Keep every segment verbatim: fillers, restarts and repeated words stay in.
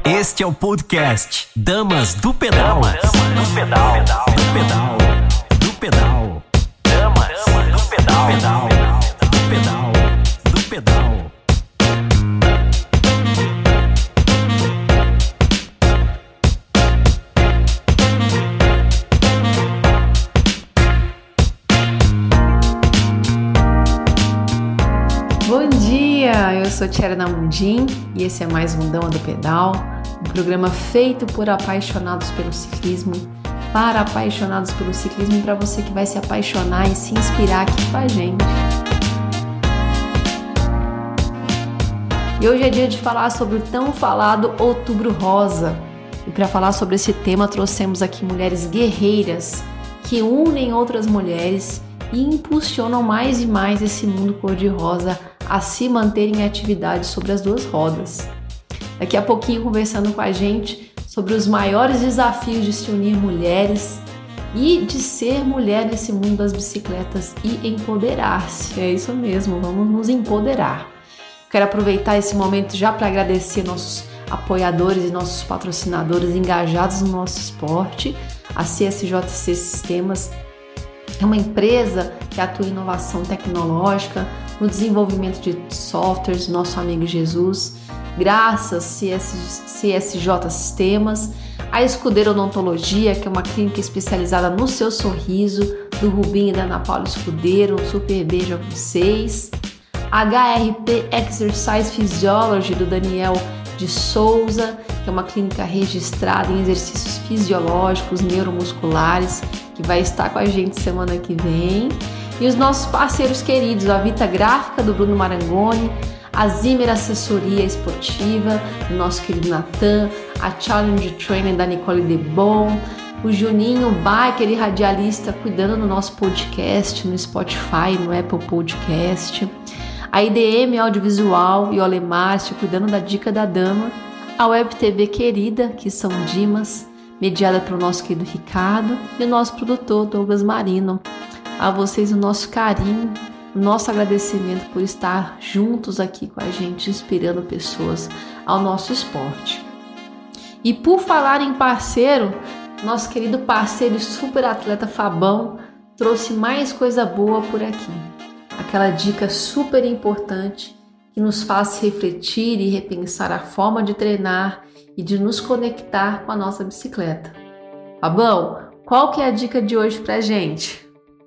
Este é o podcast Damas do Pedal. Damas do Pedal. Do pedal. Do pedal. Damas do Pedal. Pedal. Do pedal. Do pedal. Bom dia, eu sou Tiara Mundim e esse é mais um Dama do Pedal, um programa feito por apaixonados pelo ciclismo, para apaixonados pelo ciclismo e para você que vai se apaixonar e se inspirar aqui com a gente. E hoje é dia de falar sobre o tão falado Outubro Rosa. E para falar sobre esse tema trouxemos aqui mulheres guerreiras que unem outras mulheres e impulsionam mais e mais esse mundo cor-de-rosa a se manter em atividade sobre as duas rodas. Daqui a pouquinho conversando com a gente sobre os maiores desafios de se unir mulheres e de ser mulher nesse mundo das bicicletas e empoderar-se. É isso mesmo, vamos nos empoderar. Quero aproveitar esse momento já para agradecer nossos apoiadores e nossos patrocinadores engajados no nosso esporte. A C S J C Sistemas é uma empresa que atua em inovação tecnológica, no desenvolvimento de softwares, nosso amigo Jesus, graças C S J Sistemas, a Escudeiro Odontologia, que é uma clínica especializada no seu sorriso, do Rubinho e da Ana Paula Escudeiro, um super beijo a vocês, H R P Exercise Physiology, do Daniel de Souza, que é uma clínica registrada em exercícios fisiológicos, neuromusculares, que vai estar com a gente semana que vem. E os nossos parceiros queridos, a Vita Gráfica, do Bruno Marangoni, a Zimmer Assessoria Esportiva, do nosso querido Natan, a Challenge Training da Nicole Debon, o Juninho, biker e radialista, cuidando do nosso podcast no Spotify, no Apple Podcast, a I D M Audiovisual e o Ale Márcio, cuidando da Dica da Dama, a Web T V Querida, que são Dimas, mediada pelo nosso querido Ricardo, e o nosso produtor Douglas Marino. A vocês o nosso carinho, o nosso agradecimento por estar juntos aqui com a gente, inspirando pessoas ao nosso esporte. E por falar em parceiro, nosso querido parceiro e super atleta Fabão trouxe mais coisa boa por aqui. Aquela dica super importante que nos faz refletir e repensar a forma de treinar e de nos conectar com a nossa bicicleta. Fabão, qual que é a dica de hoje pra gente?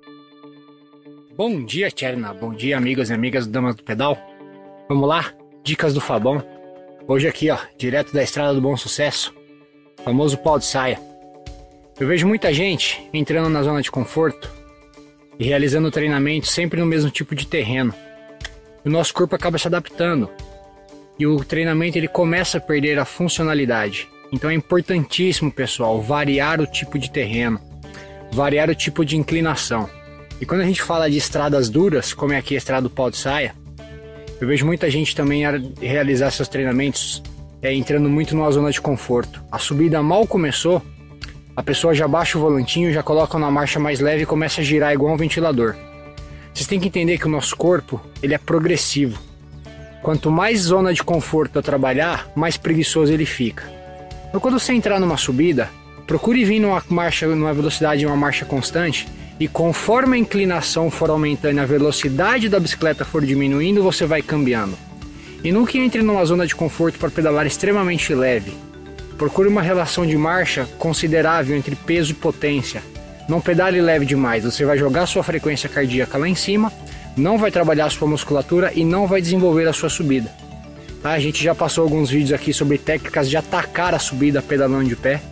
Bom dia, Tcherna. Bom dia, amigos e amigas do Damas do Pedal. Vamos lá? Dicas do Fabão. Hoje aqui, ó, direto da Estrada do Bom Sucesso, famoso pau de saia. Eu vejo muita gente entrando na zona de conforto e realizando treinamento sempre no mesmo tipo de terreno. O nosso corpo acaba se adaptando e o treinamento ele começa a perder a funcionalidade. Então é importantíssimo, pessoal, variar o tipo de terreno, variar o tipo de inclinação. E quando a gente fala de estradas duras, como é aqui a estrada do pau de saia, eu vejo muita gente também realizar seus treinamentos é, entrando muito numa zona de conforto. A subida mal começou, a pessoa já baixa o volantinho, já coloca uma marcha mais leve e começa a girar igual um ventilador. Vocês têm que entender que o nosso corpo ele é progressivo. Quanto mais zona de conforto eu trabalhar, mais preguiçoso ele fica. Então quando você entrar numa subida, procure vir numa marcha, numa velocidade, uma marcha constante, e conforme a inclinação for aumentando e a velocidade da bicicleta for diminuindo, você vai cambiando. E nunca entre numa zona de conforto para pedalar extremamente leve. Procure uma relação de marcha considerável entre peso e potência. Não pedale leve demais, você vai jogar sua frequência cardíaca lá em cima, não vai trabalhar a sua musculatura e não vai desenvolver a sua subida. Tá? A gente já passou alguns vídeos aqui sobre técnicas de atacar a subida pedalando de pé.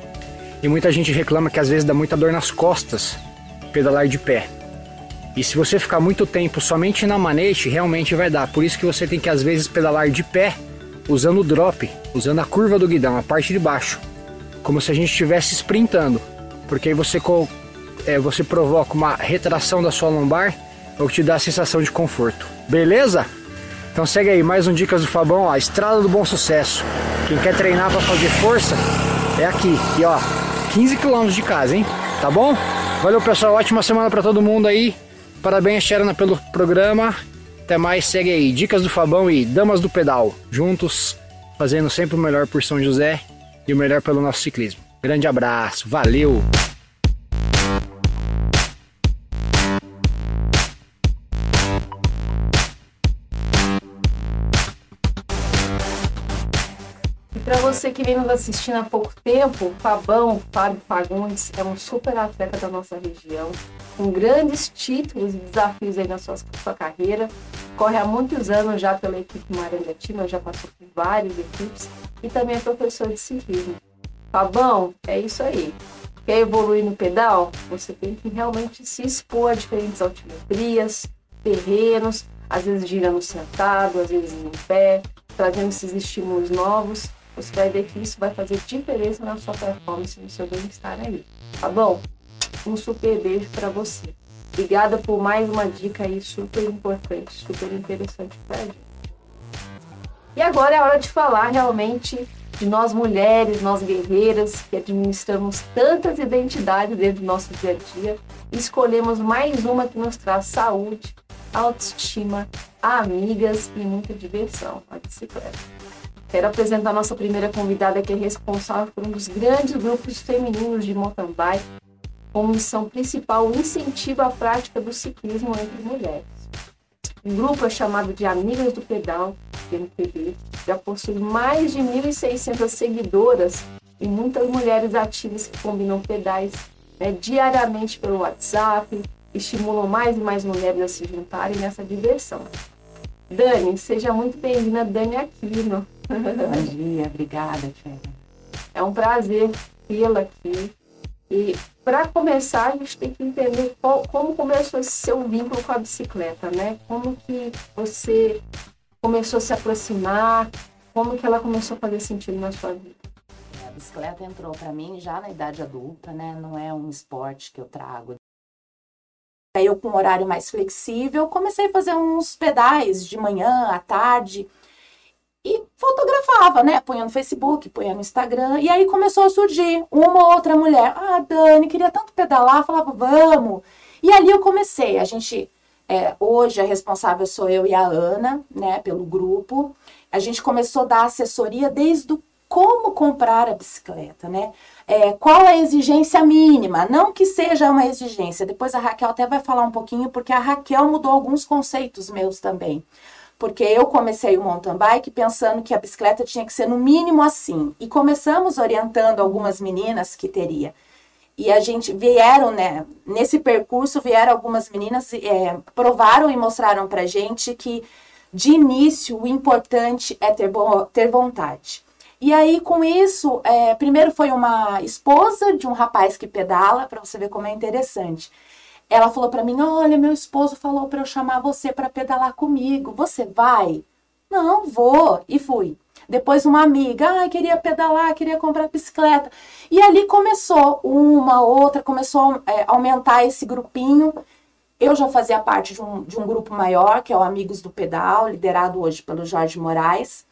E muita gente reclama que às vezes dá muita dor nas costas pedalar de pé. E se você ficar muito tempo somente na manete, realmente vai dar. Por isso que você tem que às vezes pedalar de pé, usando o drop, usando a curva do guidão, a parte de baixo. Como se a gente estivesse sprintando. Porque aí você, é, você provoca uma retração da sua lombar, o que te dá a sensação de conforto. Beleza? Então segue aí, mais um Dicas do Fabão, ó, Estrada do Bom Sucesso. Quem quer treinar para fazer força, é aqui. E ó, quinze quilômetros de casa, hein? Tá bom? Valeu, pessoal, ótima semana para todo mundo aí. Parabéns, Tcherna, pelo programa. Até mais, segue aí, Dicas do Fabão e Damas do Pedal. Juntos fazendo sempre o melhor por São José e o melhor pelo nosso ciclismo. Grande abraço, valeu! Para você que vem nos assistindo há pouco tempo, o Fabão, Fábio Fagundes, é um super atleta da nossa região, com grandes títulos e desafios aí na sua, sua carreira. Corre há muitos anos já pela equipe Marangatina, já passou por várias equipes e também é professor de ciclismo. Fabão, é isso aí. Quer evoluir no pedal? Você tem que realmente se expor a diferentes altimetrias, terrenos, às vezes girando sentado, às vezes em pé, trazendo esses estímulos novos. Você vai ver que isso vai fazer diferença na sua performance, no seu bem-estar aí. Tá bom? Um super beijo para você. Obrigada por mais uma dica aí super importante, super interessante pra gente. E agora é hora de falar realmente de nós mulheres, nós guerreiras, que administramos tantas identidades dentro do nosso dia a dia e escolhemos mais uma que nos traz saúde, autoestima, amigas e muita diversão, a bicicleta. Quero apresentar a nossa primeira convidada, que é responsável por um dos grandes grupos femininos de mountain bike, com missão principal o incentivo à prática do ciclismo entre mulheres. O grupo é chamado de Amigas do Pedal, M P B, já possui mais de mil e seiscentas seguidoras e muitas mulheres ativas que combinam pedais, né, diariamente pelo WhatsApp, estimulam mais e mais mulheres a se juntarem nessa diversão. Dani, seja muito bem-vinda, Dani Aquino. Bom dia, obrigada, Tia. É um prazer tê-la aqui. E para começar, a gente tem que entender qual, como começou esse seu vínculo com a bicicleta, né? Como que você começou a se aproximar, como que ela começou a fazer sentido na sua vida? A bicicleta entrou para mim já na idade adulta, né? Não é um esporte que eu trago. Aí eu, com um horário mais flexível, comecei a fazer uns pedais de manhã, à tarde, e fotografava, né? Punha no Facebook, punha no Instagram, e aí começou a surgir uma ou outra mulher. Ah, Dani, queria tanto pedalar, falava, vamos. E ali eu comecei, a gente, é, hoje a responsável sou eu e a Ana, né, pelo grupo. A gente começou a dar assessoria desde o como comprar a bicicleta, né? É, qual a exigência mínima? Não que seja uma exigência. Depois a Raquel até vai falar um pouquinho, porque a Raquel mudou alguns conceitos meus também. Porque eu comecei o mountain bike pensando que a bicicleta tinha que ser no mínimo assim. E começamos orientando algumas meninas que teria. E a gente vieram, né? Nesse percurso vieram algumas meninas, é, provaram e mostraram pra gente que de início o importante é ter, bo- ter vontade. E aí, com isso, é, primeiro foi uma esposa de um rapaz que pedala, para você ver como é interessante. Ela falou para mim, olha, meu esposo falou para eu chamar você para pedalar comigo. Você vai? Não, vou. E fui. Depois uma amiga, ah, queria pedalar, queria comprar bicicleta. E ali começou uma, outra, começou a é, aumentar esse grupinho. Eu já fazia parte de um, de um grupo maior, que é o Amigos do Pedal, liderado hoje pelo Jorge Moraes.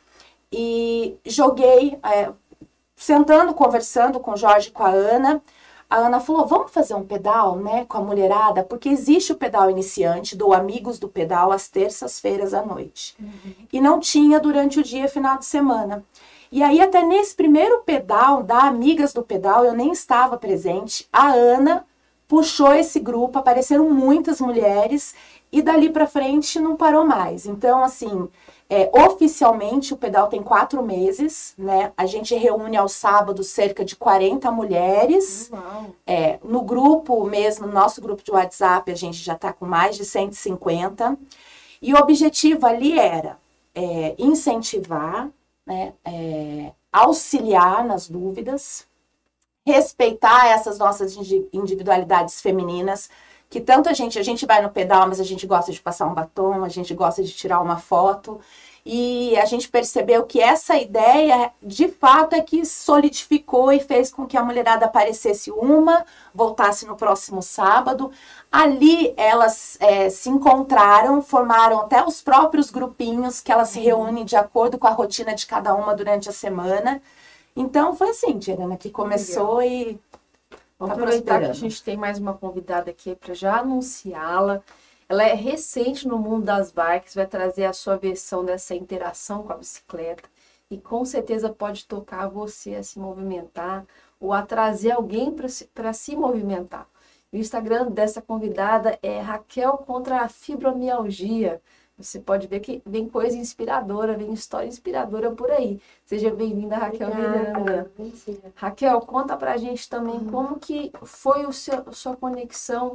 E joguei, é, sentando, conversando com o Jorge e com a Ana. A Ana falou, vamos fazer um pedal, né, com a mulherada, porque existe o pedal iniciante do Amigos do Pedal às terças-feiras à noite. Uhum. E não tinha durante o dia, final de semana. E aí, até nesse primeiro pedal da Amigas do Pedal, eu nem estava presente, a Ana puxou esse grupo, apareceram muitas mulheres, e dali para frente não parou mais. Então, assim... É, oficialmente o pedal tem quatro meses, né? A gente reúne aos sábados cerca de quarenta mulheres. Uau. É, no grupo mesmo, no nosso grupo de WhatsApp, a gente já está com mais de cento e cinquenta. E o objetivo ali era é, incentivar, né? É, auxiliar nas dúvidas, respeitar essas nossas individualidades femininas, que tanto a gente, a gente vai no pedal, mas a gente gosta de passar um batom, a gente gosta de tirar uma foto, e a gente percebeu que essa ideia, de fato, é que solidificou e fez com que a mulherada aparecesse uma, voltasse no próximo sábado. Ali elas é, se encontraram, formaram até os próprios grupinhos que elas se reúnem de acordo com a rotina de cada uma durante a semana. Então foi assim, Tirana, que começou. Legal. E... Vamos tá aproveitar que a gente tem mais uma convidada aqui para já anunciá-la. Ela é recente no mundo das bikes, vai trazer a sua versão dessa interação com a bicicleta. e com certeza pode tocar você a se movimentar ou a trazer alguém para se, para se movimentar. O Instagram dessa convidada é Raquel contra a fibromialgia. Você pode ver que vem coisa inspiradora, vem história inspiradora por aí. Seja bem-vinda, Raquel. Obrigada. Raquel, conta pra gente também uhum. como que foi o seu, a sua conexão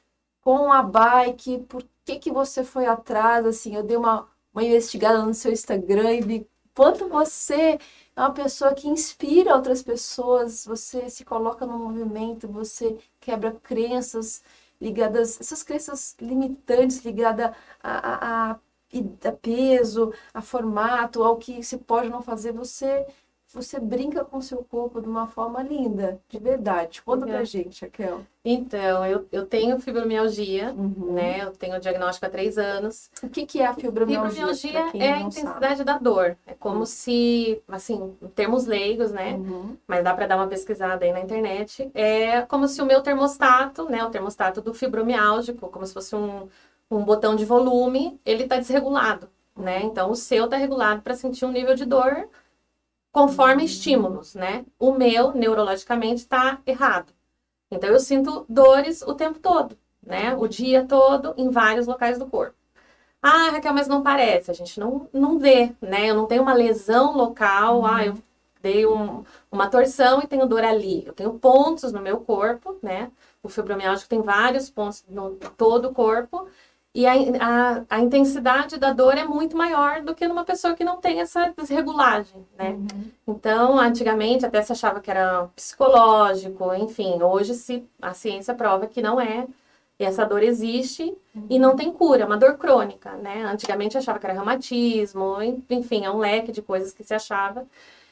com a bike, por que que você foi atrás, assim, eu dei uma, uma investigada no seu Instagram e vi quanto você é uma pessoa que inspira outras pessoas, você se coloca no movimento, você quebra crenças ligadas, essas crenças limitantes ligadas a, a, a, a peso, a formato, ao que se pode não fazer, você, você brinca com o seu corpo de uma forma linda, de verdade. Conta pra gente, Raquel. Então, eu, eu tenho fibromialgia, Uhum. né? Eu tenho o diagnóstico há três anos. O que, que é a fibromialgia? Fibromialgia é a intensidade sabe. da dor. É como uhum. se, assim, em termos leigos, né? Uhum. Mas dá para dar uma pesquisada aí na internet. É como se o meu termostato, né? O termostato do fibromialgico, como se fosse um, um botão de volume, ele tá desregulado, né? Então, o seu tá regulado para sentir um nível de dor conforme uhum. estímulos, né? O meu, neurologicamente, tá errado. Então, eu sinto dores o tempo todo, né? O dia todo, em vários locais do corpo. Ah, Raquel, mas não parece. A gente não, não vê, né? Eu não tenho uma lesão local. Uhum. Ah, eu dei um, uma torção e tenho dor ali. Eu tenho pontos no meu corpo, né? O fibromialgico tem vários pontos no todo o corpo. E a, a, a intensidade da dor é muito maior do que numa pessoa que não tem essa desregulagem, né? Uhum. Então, antigamente até se achava que era psicológico, enfim. Hoje se, a ciência prova que não é. E essa dor existe uhum. e não tem cura, é uma dor crônica, né? Antigamente achava que era reumatismo, enfim, é um leque de coisas que se achava.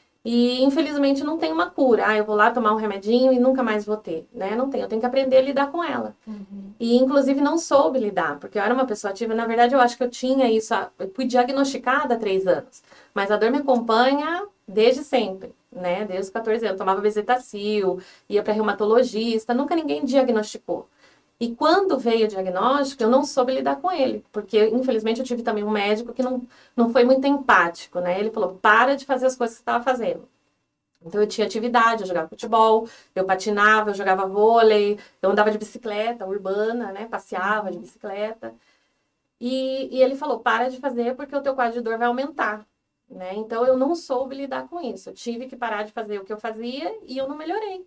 E, infelizmente, não tem uma cura. Ah, eu vou lá tomar um remedinho e nunca mais vou ter, né? Não tem, eu tenho que aprender a lidar com ela. Uhum. E, inclusive, não soube lidar, porque eu era uma pessoa ativa. Na verdade, eu acho que eu tinha isso, eu fui diagnosticada há três anos. Mas a dor me acompanha desde sempre, né? Desde os quatorze anos. Eu tomava bezetacil, ia para reumatologista, nunca ninguém diagnosticou. E quando veio o diagnóstico, eu não soube lidar com ele, porque, infelizmente, eu tive também um médico que não, não foi muito empático, né? Ele falou, para de fazer as coisas que você estava fazendo. Então, eu tinha atividade, eu jogava futebol, eu patinava, eu jogava vôlei, eu andava de bicicleta urbana, né? Passeava de bicicleta. E, e ele falou, para de fazer porque o teu quadro de dor vai aumentar, né? Então, eu não soube lidar com isso. Eu tive que parar de fazer o que eu fazia e eu não melhorei.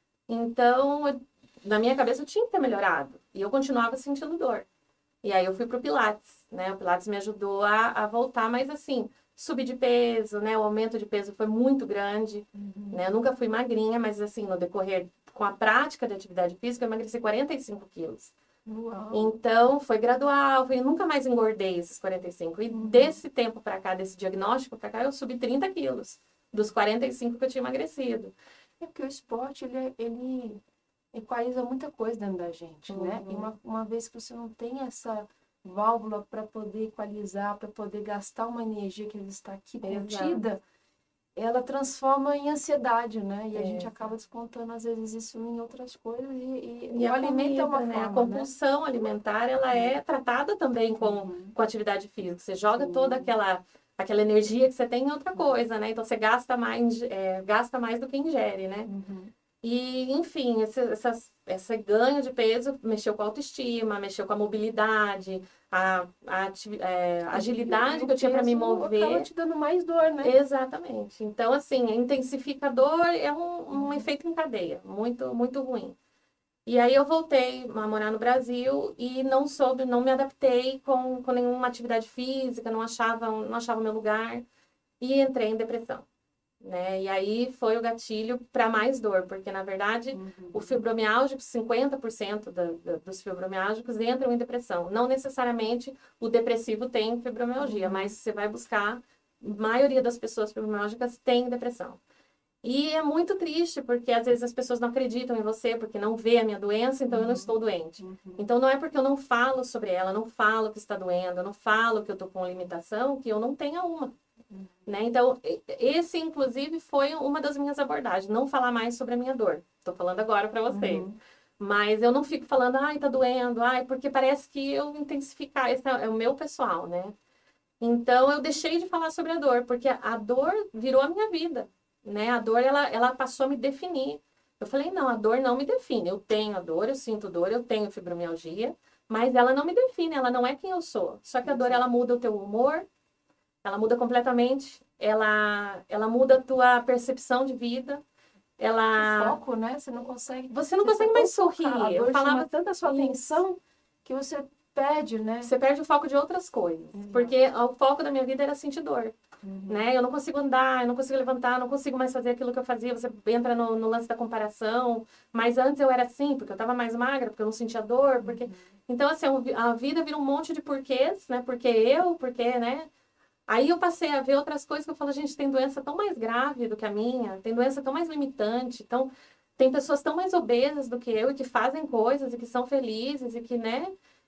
Então, eu na minha cabeça eu tinha que ter melhorado. E eu continuava sentindo dor. E aí eu fui pro Pilates, né? O Pilates me ajudou a, a voltar, mas assim, subir de peso, né? O aumento de peso foi muito grande, uhum. né? Eu nunca fui magrinha, mas assim, no decorrer, com a prática de atividade física, eu emagreci quarenta e cinco quilos. Uau. Então, foi gradual, eu nunca mais engordei esses quarenta e cinco. E uhum. desse tempo pra cá, desse diagnóstico pra cá, eu subi trinta quilos. Dos quarenta e cinco que eu tinha emagrecido. É porque o esporte, ele... ele... equaliza muita coisa dentro da gente, uhum. né? E uma, uma vez que você não tem essa válvula para poder equalizar, para poder gastar uma energia que está aqui contida, Exato. Ela transforma em ansiedade, né? E é. a gente acaba descontando, às vezes, isso em outras coisas. E, e, e o alimento é uma né? forma, A compulsão né? alimentar, ela é tratada também com, uhum. com atividade física. Você joga Sim. toda aquela... aquela energia que você tem em outra coisa, né? Então, você gasta mais, é, gasta mais do que ingere, né? Uhum. E, enfim, esse, essas, esse ganho de peso mexeu com a autoestima, mexeu com a mobilidade, a, a, é, a agilidade que eu tinha para me mover. Acaba te dando mais dor, né? Exatamente. Então, assim, intensifica a dor, é um, um efeito em cadeia, muito, muito ruim. E aí eu voltei a morar no Brasil e não soube, não me adaptei com, com nenhuma atividade física, não achava, não achava meu lugar e entrei em depressão. Né? E aí foi o gatilho para mais dor, porque na verdade uhum. o fibromialgico, cinquenta por cento da, da, dos fibromialgicos entram em depressão. Não necessariamente o depressivo tem fibromialgia, uhum. mas você vai buscar, a maioria das pessoas fibromialgicas tem depressão. E é muito triste, porque às vezes as pessoas não acreditam em você, porque não vê a minha doença, então uhum. eu não estou doente. Uhum. Então não é porque eu não falo sobre ela, não falo que está doendo, eu não falo que eu estou com limitação, que eu não tenha uma. Uhum. Né? Então, esse, inclusive, foi uma das minhas abordagens. Não falar mais sobre a minha dor. Estou falando agora para vocês. Uhum. Mas eu não fico falando, ai, tá doendo, ai, porque parece que eu intensificar. Esse é o meu pessoal, né? Então, eu deixei de falar sobre a dor, porque a dor virou a minha vida, né? A dor, ela, ela passou a me definir. Eu falei, não, a dor não me define. Eu tenho a dor, eu sinto dor, eu tenho fibromialgia, mas ela não me define, ela não é quem eu sou. Só que a dor, ela muda o teu humor, ela muda completamente, ela, ela muda a tua percepção de vida, ela... O foco, né? Você não consegue... Você não consegue mais sorrir. A Eu dor falava chama tanto a sua isso. atenção que você perde, né? Você perde o foco de outras coisas. Exato. Porque o foco da minha vida era sentir dor. Uhum. Né? Eu não consigo andar, eu não consigo levantar, eu não consigo mais fazer aquilo que eu fazia. Você entra no, no lance da comparação. Mas antes eu era assim, porque eu estava mais magra, porque eu não sentia dor. Porque... Então, assim, a vida vira um monte de porquês, né? Porque eu, porque, né? Aí eu passei a ver outras coisas que eu falo, gente, tem doença tão mais grave do que a minha, tem doença tão mais limitante, então tem pessoas tão mais obesas do que eu e que fazem coisas e que são felizes e que, né?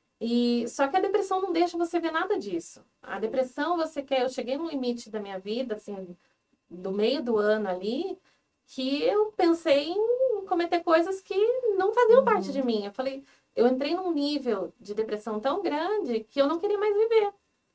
E só que a depressão não deixa você ver nada disso. A depressão, você quer, eu cheguei num limite da minha vida, assim, do meio do ano ali, que eu pensei em cometer coisas que não faziam parte de mim. Eu falei, eu entrei num nível de depressão tão grande que eu não queria mais viver.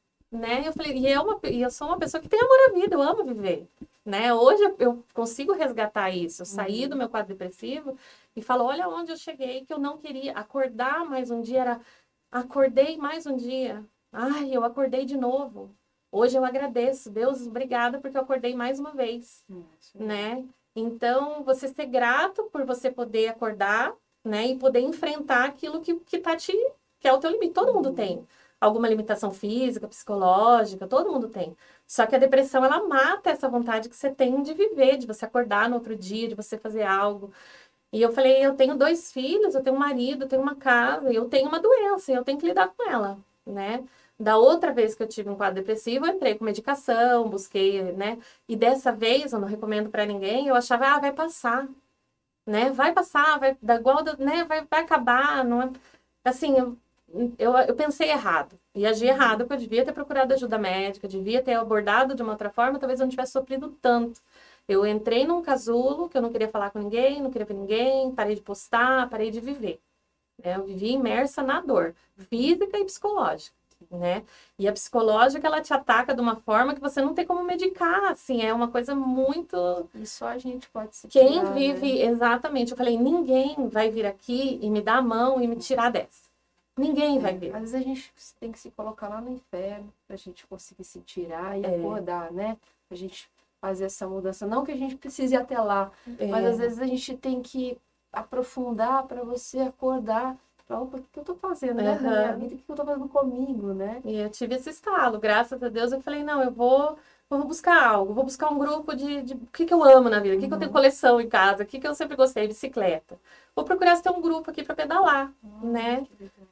Né? Eu falei, e eu, uma, e eu sou uma pessoa que tem amor à vida, eu amo viver, né? Hoje eu, eu consigo resgatar isso, eu saí do meu quadro depressivo e falo, olha onde eu cheguei, que eu não queria acordar mais um dia, era, acordei mais um dia, ai, eu acordei de novo, hoje eu agradeço, Deus, obrigada porque eu acordei mais uma vez, né? Então, você ser grato por você poder acordar, né? E poder enfrentar aquilo que, que tá te, que é o teu limite, todo mundo tem. Alguma limitação física, psicológica, todo mundo tem. Só que a depressão, ela mata essa vontade que você tem de viver, de você acordar no outro dia, de você fazer algo. E eu falei, eu tenho dois filhos, eu tenho um marido, eu tenho uma casa, eu tenho uma doença, e eu tenho que lidar com ela, né? Da outra vez que eu tive um quadro depressivo, eu entrei com medicação, busquei, né? E dessa vez, eu não recomendo para ninguém, eu achava, ah, vai passar, né? Vai passar, vai dar igual, né? Vai, vai acabar, não é... Assim, eu... Eu, eu pensei errado, e agi errado, porque eu devia ter procurado ajuda médica, devia ter abordado de uma outra forma, talvez eu não tivesse sofrido tanto. Eu entrei num casulo que eu não queria falar com ninguém, não queria ver ninguém, parei de postar, parei de viver. Né? Eu vivi imersa na dor, física e psicológica, né? E a psicológica, ela te ataca de uma forma que você não tem como medicar, assim, é uma coisa muito... E só a gente pode se Quem tirar, vive, né? Exatamente, eu falei, ninguém vai vir aqui e me dar a mão e me tirar dessa. Ninguém vai ver. Às vezes a gente tem que se colocar lá no inferno pra gente conseguir se tirar e É. acordar, né? Pra gente fazer essa mudança. Não que a gente precise ir até lá, É. mas às vezes a gente tem que aprofundar pra você acordar. Pra, opa, o que eu tô fazendo, né? Na minha Uhum. vida, o que eu tô fazendo comigo, né? E eu tive esse estalo, graças a Deus, eu falei, não, eu vou, eu vou buscar algo, vou buscar um grupo de, de o que, que eu amo na vida, o que, que eu tenho coleção em casa, o que, que eu sempre gostei, bicicleta. Vou procurar se tem um grupo aqui para pedalar, né?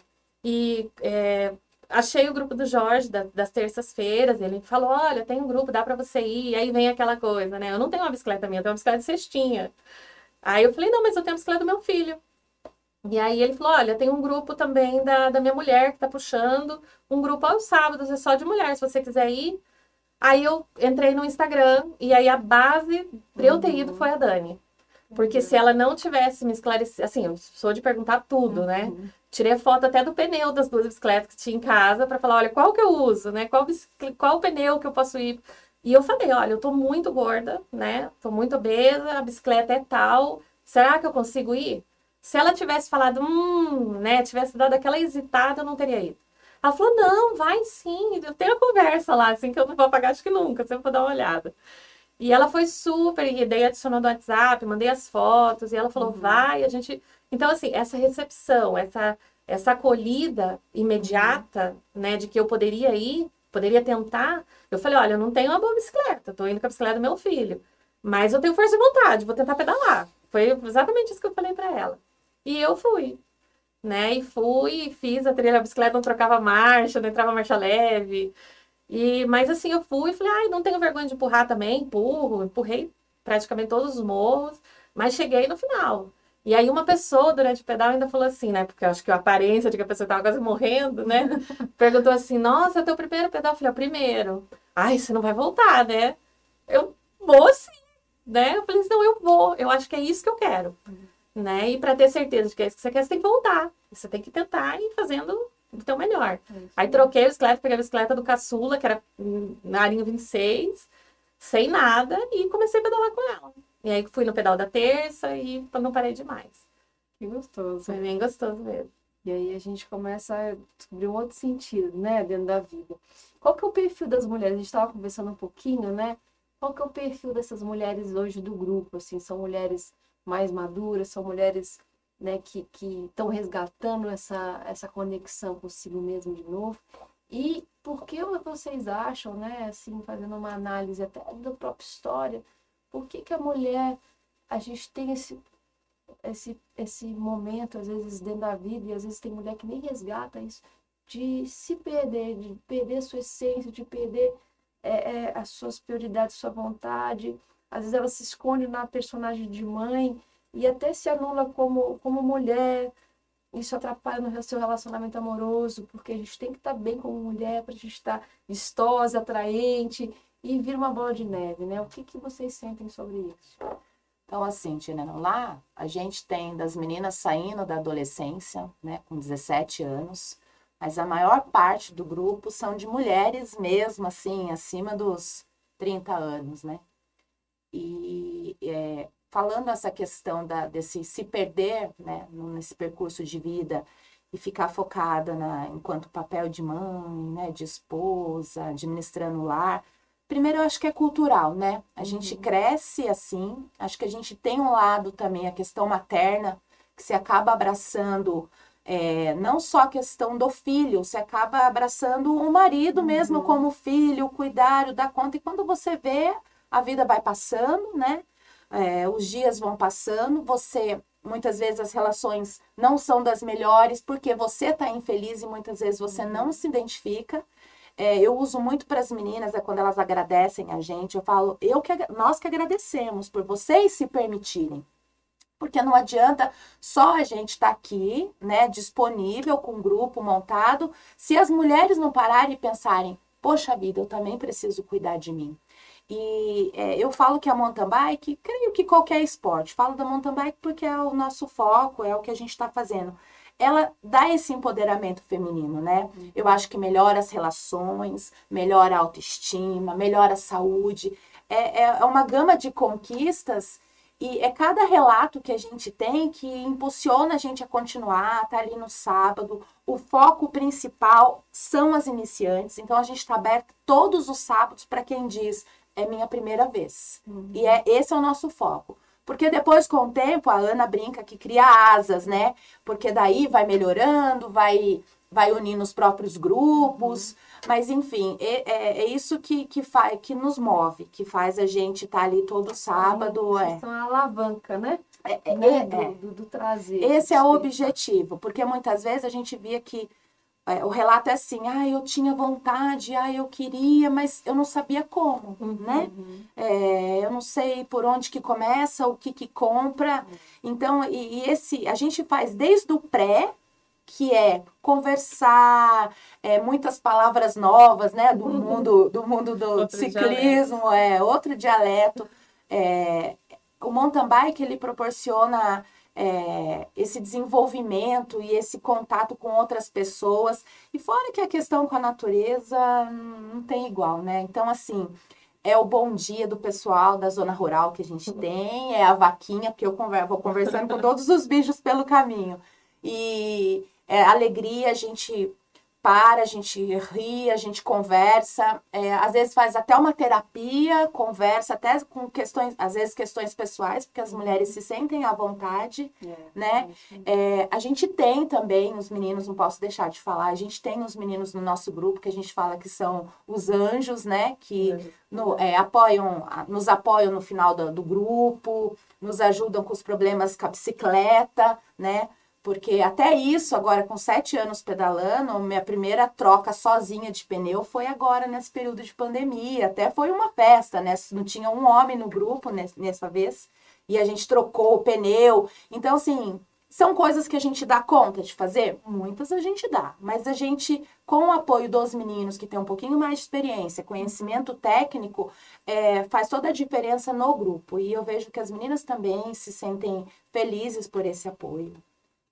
E é, achei o grupo do Jorge, da, das terças-feiras, ele falou, olha, tem um grupo, dá para você ir, e aí vem aquela coisa, né? Eu não tenho uma bicicleta minha, eu tenho uma bicicleta de cestinha. Aí eu falei, não, mas eu tenho a bicicleta do meu filho. E aí ele falou, olha, tem um grupo também da, da minha mulher que tá puxando, um grupo aos sábados, é só de mulher, se você quiser ir. Aí eu entrei no Instagram, e aí a base pra eu ter ido foi a Dani. Porque se ela não tivesse me esclarecido, assim, eu sou de perguntar tudo, né? Tirei a foto até do pneu das duas bicicletas que tinha em casa pra falar, olha, qual que eu uso, né? Qual, bicic- qual pneu que eu posso ir? E eu falei, olha, eu tô muito gorda, né? Tô muito obesa, a bicicleta é tal, será que eu consigo ir? Se ela tivesse falado, hum, né? Tivesse dado aquela hesitada, eu não teria ido. Ela falou, não, vai sim, eu tenho a conversa lá, assim, que eu não vou apagar, acho que nunca, sempre vou dar uma olhada. E ela foi super, e daí adicionou no WhatsApp, mandei as fotos, e ela falou, vai, a gente... Então, assim, essa recepção, essa, essa acolhida imediata, né, de que eu poderia ir, poderia tentar, eu falei, olha, eu não tenho uma boa bicicleta, eu tô indo com a bicicleta do meu filho, mas eu tenho força de vontade, vou tentar pedalar. Foi exatamente isso que eu falei pra ela. E eu fui, né, e fui, fiz a trilha, a bicicleta não trocava marcha, não entrava marcha leve... E, mas assim, eu fui e falei, ai, não tenho vergonha de empurrar também, empurro, empurrei praticamente todos os morros, mas cheguei no final. E aí uma pessoa durante o pedal ainda falou assim, né, porque eu acho que a aparência de que a pessoa estava quase morrendo, né, perguntou assim, nossa, é teu primeiro pedal? Eu falei, é o primeiro. Ai, você não vai voltar, né? Eu vou sim, né? Eu falei assim, não, eu vou, eu acho que é isso que eu quero, né? E para ter certeza de que é isso que você quer, você tem que voltar, você tem que tentar ir fazendo do teu melhor. Aí troquei a bicicleta, peguei a bicicleta do caçula, que era na Arinho vinte e seis, sem nada, e comecei a pedalar com ela. E aí fui no pedal da terça e não parei demais. Que gostoso. Foi bem gostoso mesmo. E aí a gente começa a descobrir um outro sentido, né, dentro da vida. Qual que é o perfil das mulheres? A gente estava conversando um pouquinho, né? Qual que é o perfil dessas mulheres hoje do grupo? Assim, são mulheres mais maduras, são mulheres, né, que estão resgatando essa, essa conexão consigo mesmo de novo. E por que vocês acham, né, assim, fazendo uma análise até da própria história, por que que a mulher, a gente tem esse... Esse, esse momento, às vezes, dentro da vida, e às vezes tem mulher que nem resgata isso, de se perder, de perder a sua essência, de perder é, é, as suas prioridades, sua vontade. Às vezes ela se esconde na personagem de mãe e até se anula como, como mulher. Isso atrapalha no seu relacionamento amoroso, porque a gente tem que estar bem como mulher, para a gente estar vistosa, atraente, e vira uma bola de neve, né? O que, que vocês sentem sobre isso? Então, assim, Tirando, lá a gente tem das meninas saindo da adolescência, né, com dezessete anos, mas a maior parte do grupo são de mulheres mesmo, assim, acima dos trinta anos, né? E é, falando essa questão da, desse se perder, né, nesse percurso de vida e ficar focada na, enquanto papel de mãe, né, de esposa, administrando o lar. Primeiro, eu acho que é cultural, né? A gente uhum. cresce assim, acho que a gente tem um lado também, a questão materna, que se acaba abraçando, é, não só a questão do filho, você acaba abraçando o marido uhum. mesmo como filho, cuidar, dar conta, e quando você vê, a vida vai passando, né? É, os dias vão passando, você, muitas vezes as relações não são das melhores, porque você está infeliz e muitas vezes você uhum. não se identifica. É, eu uso muito para as meninas, é quando elas agradecem a gente, eu falo, eu que, nós que agradecemos por vocês se permitirem. Porque não adianta só a gente estar tá aqui, né, disponível, com um grupo montado, se as mulheres não pararem e pensarem, poxa vida, eu também preciso cuidar de mim. E é, eu falo que a mountain bike, creio que qualquer esporte, falo da mountain bike porque é o nosso foco, é o que a gente está fazendo. Ela dá esse empoderamento feminino, né? Uhum. Eu acho que melhora as relações, melhora a autoestima, melhora a saúde. É, é uma gama de conquistas e é cada relato que a gente tem que impulsiona a gente a continuar, tá ali no sábado. O foco principal são as iniciantes, então a gente está aberto todos os sábados para quem diz, é minha primeira vez. Uhum. E é, esse é o nosso foco. Porque depois, com o tempo, a Ana brinca que cria asas, né? Porque daí vai melhorando, vai, vai unindo os próprios grupos. Uhum. Mas, enfim, é, é, é isso que, que, faz, que nos move, que faz a gente estar tá ali todo sábado. Vocês é. são a alavanca, né? É, é, né? é, do, do, do trazer. Esse é o objetivo, porque muitas vezes a gente via que é, o relato é assim, ah, eu tinha vontade, ah, eu queria, mas eu não sabia como, uhum, né? Uhum. É, eu não sei por onde que começa, o que que compra. Uhum. Então, e, e esse, a gente faz desde o pré, que é conversar, é, muitas palavras novas, né? Do uhum. mundo do, mundo do ciclismo, dialeto. é outro dialeto. É, o mountain bike, ele proporciona... É, esse desenvolvimento e esse contato com outras pessoas. E fora que a questão com a natureza não tem igual, né? Então, assim, é o bom dia do pessoal da zona rural que a gente tem, é a vaquinha, porque eu converso, vou conversando com todos os bichos pelo caminho. E é alegria, a gente para, a gente ri, a gente conversa, é, às vezes faz até uma terapia, conversa até com questões, às vezes questões pessoais, porque as mulheres se sentem à vontade, é, né? É, a gente tem também os meninos, não posso deixar de falar, a gente tem os meninos no nosso grupo que a gente fala que são os anjos, né? Que no, é, apoiam, nos apoiam no final do, do grupo, nos ajudam com os problemas com a bicicleta, né? Porque até isso, agora com sete anos pedalando, minha primeira troca sozinha de pneu foi agora nesse período de pandemia. Até foi uma festa, né? Não tinha um homem no grupo nessa vez. E a gente trocou o pneu. Então, assim, são coisas que a gente dá conta de fazer? Muitas a gente dá. Mas a gente, com o apoio dos meninos que têm um pouquinho mais de experiência, conhecimento técnico, é, faz toda a diferença no grupo. E eu vejo que as meninas também se sentem felizes por esse apoio.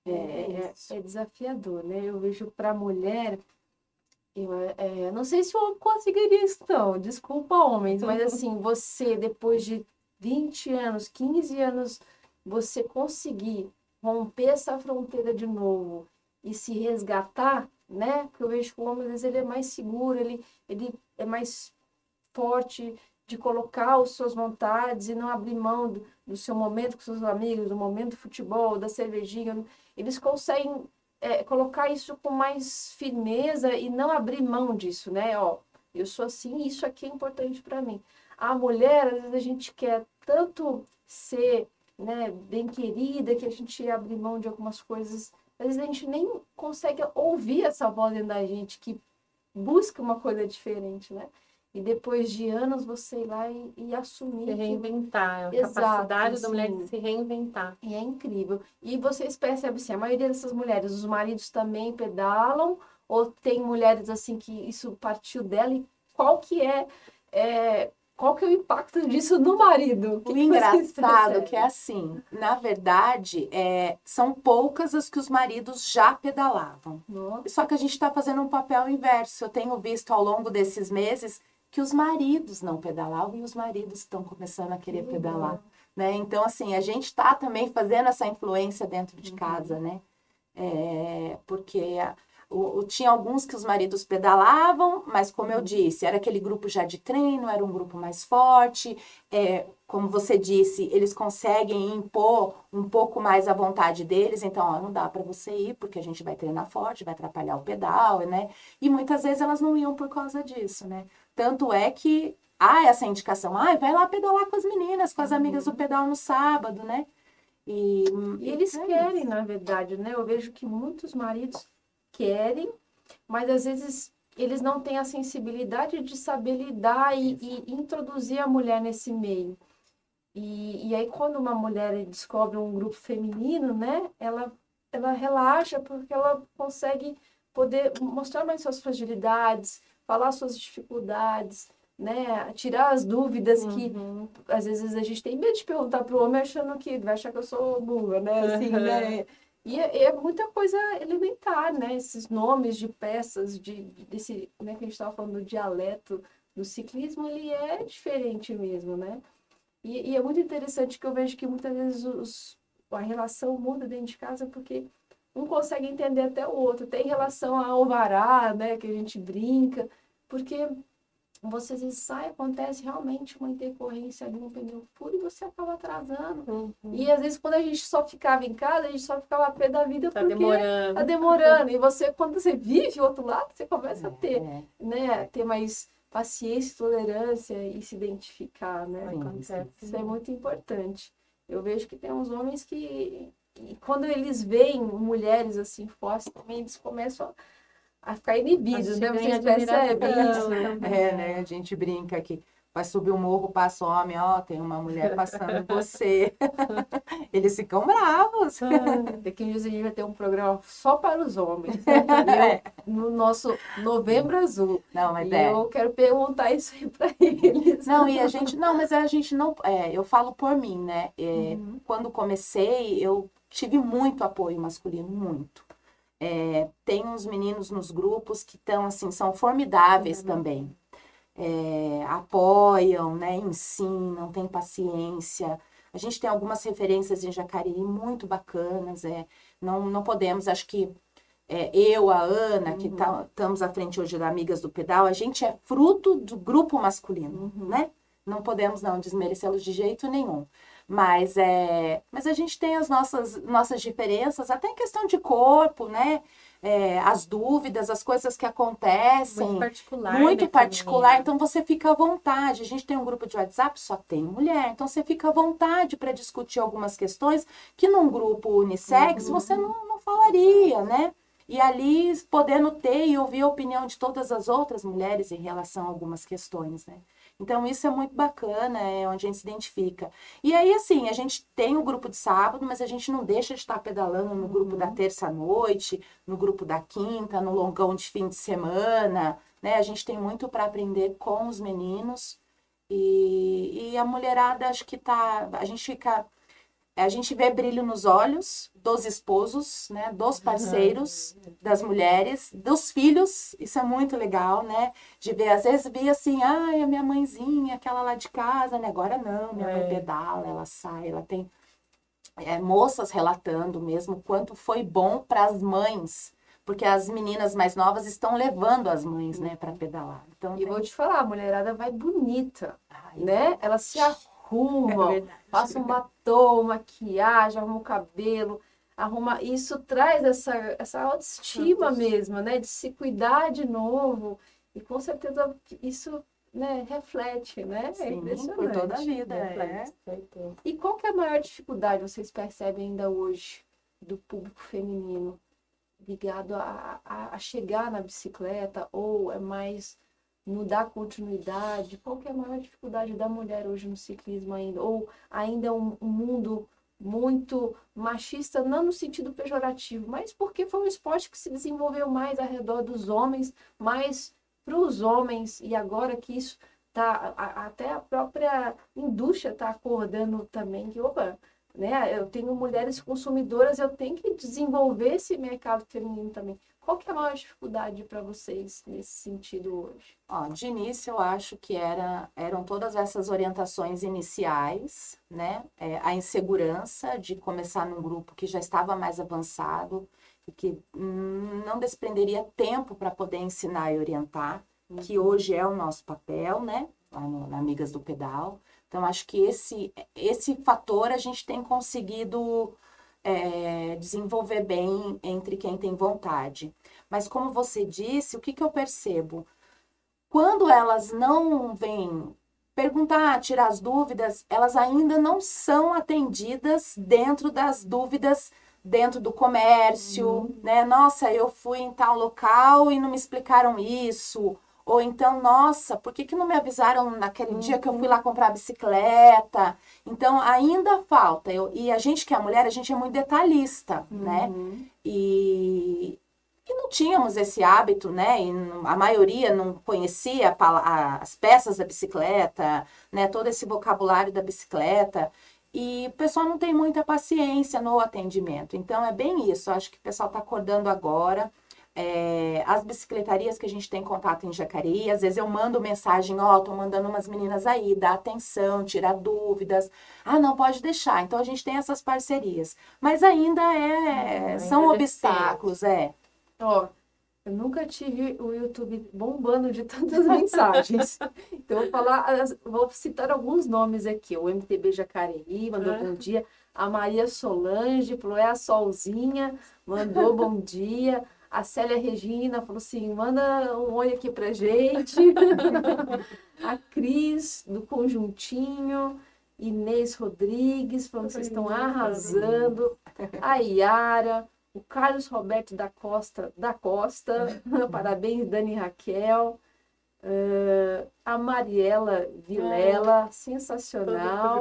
É, é, é desafiador, né? Eu vejo para a mulher, eu é, não sei se o homem conseguiria isso, não. Desculpa, homens, mas assim, você, depois de vinte anos, quinze anos, você conseguir romper essa fronteira de novo e se resgatar, né? Porque eu vejo que o homem, às vezes, ele é mais seguro, ele, ele é mais forte de colocar as suas vontades e não abrir mão do, do seu momento com seus amigos, do momento do futebol, da cervejinha. Eles conseguem é, colocar isso com mais firmeza e não abrir mão disso, né? Ó, eu sou assim, isso aqui é importante para mim. A mulher, às vezes, a gente quer tanto ser, né, bem querida que a gente abre mão de algumas coisas. Às vezes a gente nem consegue ouvir essa voz dentro da gente que busca uma coisa diferente, né? E depois de anos você ir lá e, e assumir. Se reinventar, que... a capacidade Exato, da mulher sim. de se reinventar. E é incrível. E vocês percebem assim, a maioria dessas mulheres, os maridos também pedalam, ou tem mulheres assim que isso partiu dela, e qual que é, é qual que é o impacto disso no marido? O engraçado que é assim, na verdade, é, são poucas as que os maridos já pedalavam. Nossa. Só que a gente está fazendo um papel inverso. Eu tenho visto ao longo desses meses que os maridos não pedalavam e os maridos estão começando a querer Que pedalar. legal. Né? Então, assim, a gente está também fazendo essa influência dentro de casa, né? É, porque o, o, tinha alguns que os maridos pedalavam, mas como eu disse, era aquele grupo já de treino, era um grupo mais forte, é, como você disse, eles conseguem impor um pouco mais a vontade deles, então, ó, não dá para você ir, porque a gente vai treinar forte, vai atrapalhar o pedal, né? E muitas vezes elas não iam por causa disso, né? Tanto é que há essa indicação, ah, vai lá pedalar com as meninas, com as amigas do pedal no sábado, né? E, E eles é querem, isso. na verdade, né? Eu vejo que muitos maridos querem, mas às vezes eles não têm a sensibilidade de saber lidar e, e introduzir a mulher nesse meio. E, e aí, quando uma mulher descobre um grupo feminino, né? Ela, ela relaxa porque ela consegue poder mostrar mais suas fragilidades, falar suas dificuldades, né? Tirar as dúvidas que Uhum. às vezes a gente tem medo de perguntar pro homem achando que vai achar que eu sou burra, né? Assim, né? E é, é muita coisa elementar, né? Esses nomes de peças, de, desse, né, que a gente estava falando do dialeto do ciclismo, ele é diferente mesmo, né? E, e é muito interessante que eu vejo que muitas vezes os, a relação muda dentro de casa porque um consegue entender até o outro. Tem relação ao vará, né? Que a gente brinca, porque você às vezes sai, acontece realmente uma intercorrência ali no pneu furo e você acaba atrasando. Uhum. E às vezes quando a gente só ficava em casa, a gente só ficava a pé da vida Tá porque demorando. tá demorando. E você, quando você vive o outro lado, você começa a ter, É, né, ter mais paciência, tolerância e se identificar, né? Sim, Acontece. Isso é muito importante. Eu vejo que tem uns homens que, e quando eles veem mulheres assim fortes, também eles começam a ficar inibidos, né? Vocês percebem isso? É, né? A gente brinca que vai subir o morro, passa o homem, ó, tem uma mulher passando você. Eles ficam bravos. Daqui a uns dias a gente vai ter um programa só para os homens. E eu, no nosso Novembro Azul. Não, mas E é. eu quero perguntar isso aí para eles. Não, e a gente, não, mas a gente não, é, eu falo por mim, né? É, Uhum. Quando comecei, eu tive muito apoio masculino, muito. É, tem uns meninos nos grupos que estão, assim, são formidáveis também. É, apoiam, né? Ensinam, têm paciência. A gente tem algumas referências em Jacareí muito bacanas. É, não, não podemos, acho que é, eu, a Ana, que estamos à frente hoje da Amigas do Pedal, a gente é fruto do grupo masculino, né? Não podemos não desmerecê-los de jeito nenhum. Mas, é, mas a gente tem as nossas, nossas diferenças, até em questão de corpo, né? É, as dúvidas, as coisas que acontecem. Muito particular. Muito né, particular, feminina. então você fica à vontade. A gente tem um grupo de WhatsApp, só tem mulher, então você fica à vontade para discutir algumas questões que num grupo unissex você não, não falaria, né? E ali podendo ter e ouvir a opinião de todas as outras mulheres em relação a algumas questões, né? Então, isso é muito bacana, é onde a gente se identifica. E aí, assim, a gente tem o grupo de sábado, mas a gente não deixa de estar pedalando no grupo da terça-noite, no grupo da quinta, no longão de fim de semana, né? A gente tem muito para aprender com os meninos. E, e a mulherada, acho que tá... A gente fica a gente vê brilho nos olhos dos esposos, né, dos parceiros, das mulheres, dos filhos, isso é muito legal, né, de ver, às vezes via assim, ai, a minha mãezinha, aquela lá de casa, né, agora não, minha mãe pedala, ela sai, ela tem é, moças relatando mesmo o quanto foi bom para as mães, porque as meninas mais novas estão levando as mães, né, para pedalar. Então, E tem... vou te falar, a mulherada vai bonita, Ai, né? Ela se arruma, É passa um batom, maquiagem, arruma o cabelo, arruma... Isso traz essa, essa autoestima mesmo, né? De se cuidar de novo. E com certeza isso, né, reflete, né? É Sim, impressionante. por toda a vida. Reflete. É. E qual que é a maior dificuldade vocês percebem ainda hoje do público feminino ligado a, a, a chegar na bicicleta, ou é mais no dar continuidade? Qual que é a maior dificuldade da mulher hoje no ciclismo ainda? Ou ainda é um, um mundo muito machista, não no sentido pejorativo, mas porque foi um esporte que se desenvolveu mais ao redor dos homens, mais para os homens, e agora que isso tá, a, até a própria indústria está acordando também que, opa, né, eu tenho mulheres consumidoras, eu tenho que desenvolver esse mercado feminino também. Qual que é a maior dificuldade para vocês nesse sentido hoje? Ó, de início, eu acho que era, eram todas essas orientações iniciais, né? É, a insegurança de começar num grupo que já estava mais avançado e que hum, não desprenderia tempo para poder ensinar e orientar, uhum. que hoje é o nosso papel, né? Lá no, na Amigas do Pedal. Então, acho que esse, esse fator a gente tem conseguido é, desenvolver bem entre quem tem vontade. Mas, como você disse, o que, que eu percebo? Quando elas não vêm perguntar, tirar as dúvidas, elas ainda não são atendidas dentro das dúvidas dentro do comércio, uhum. né? Nossa, eu fui em tal local e não me explicaram isso. Ou então, nossa, por que, que não me avisaram naquele uhum. dia que eu fui lá comprar a bicicleta? Então, ainda falta. Eu, e a gente que é mulher, a gente é muito detalhista, uhum. né? E, e não tínhamos esse hábito, né? E a maioria não conhecia a, a, as peças da bicicleta, né? Todo esse vocabulário da bicicleta. E o pessoal não tem muita paciência no atendimento. Então, é bem isso. Eu acho que o pessoal está acordando agora. É, as bicicletarias que a gente tem contato em Jacareí, às vezes eu mando mensagem, ó, oh, tô mandando umas meninas aí, dá atenção, tirar dúvidas. Ah, não, pode deixar. Então, a gente tem essas parcerias. Mas ainda é, hum, são ainda obstáculos, é. Ó, eu nunca tive o YouTube bombando de tantas mensagens. Então, eu vou falar, vou citar alguns nomes aqui. O M T B Jacareí mandou ah. bom dia. A Maria Solange falou, é a Solzinha, mandou bom dia. A Célia Regina falou assim, manda um oi aqui pra gente. A Cris, do Conjuntinho. Inês Rodrigues, falando que vocês estão arrasando. A Yara, o Carlos Roberto da Costa, da Costa. Parabéns, Dani Raquel. Uh, a Mariela Vilela, sensacional.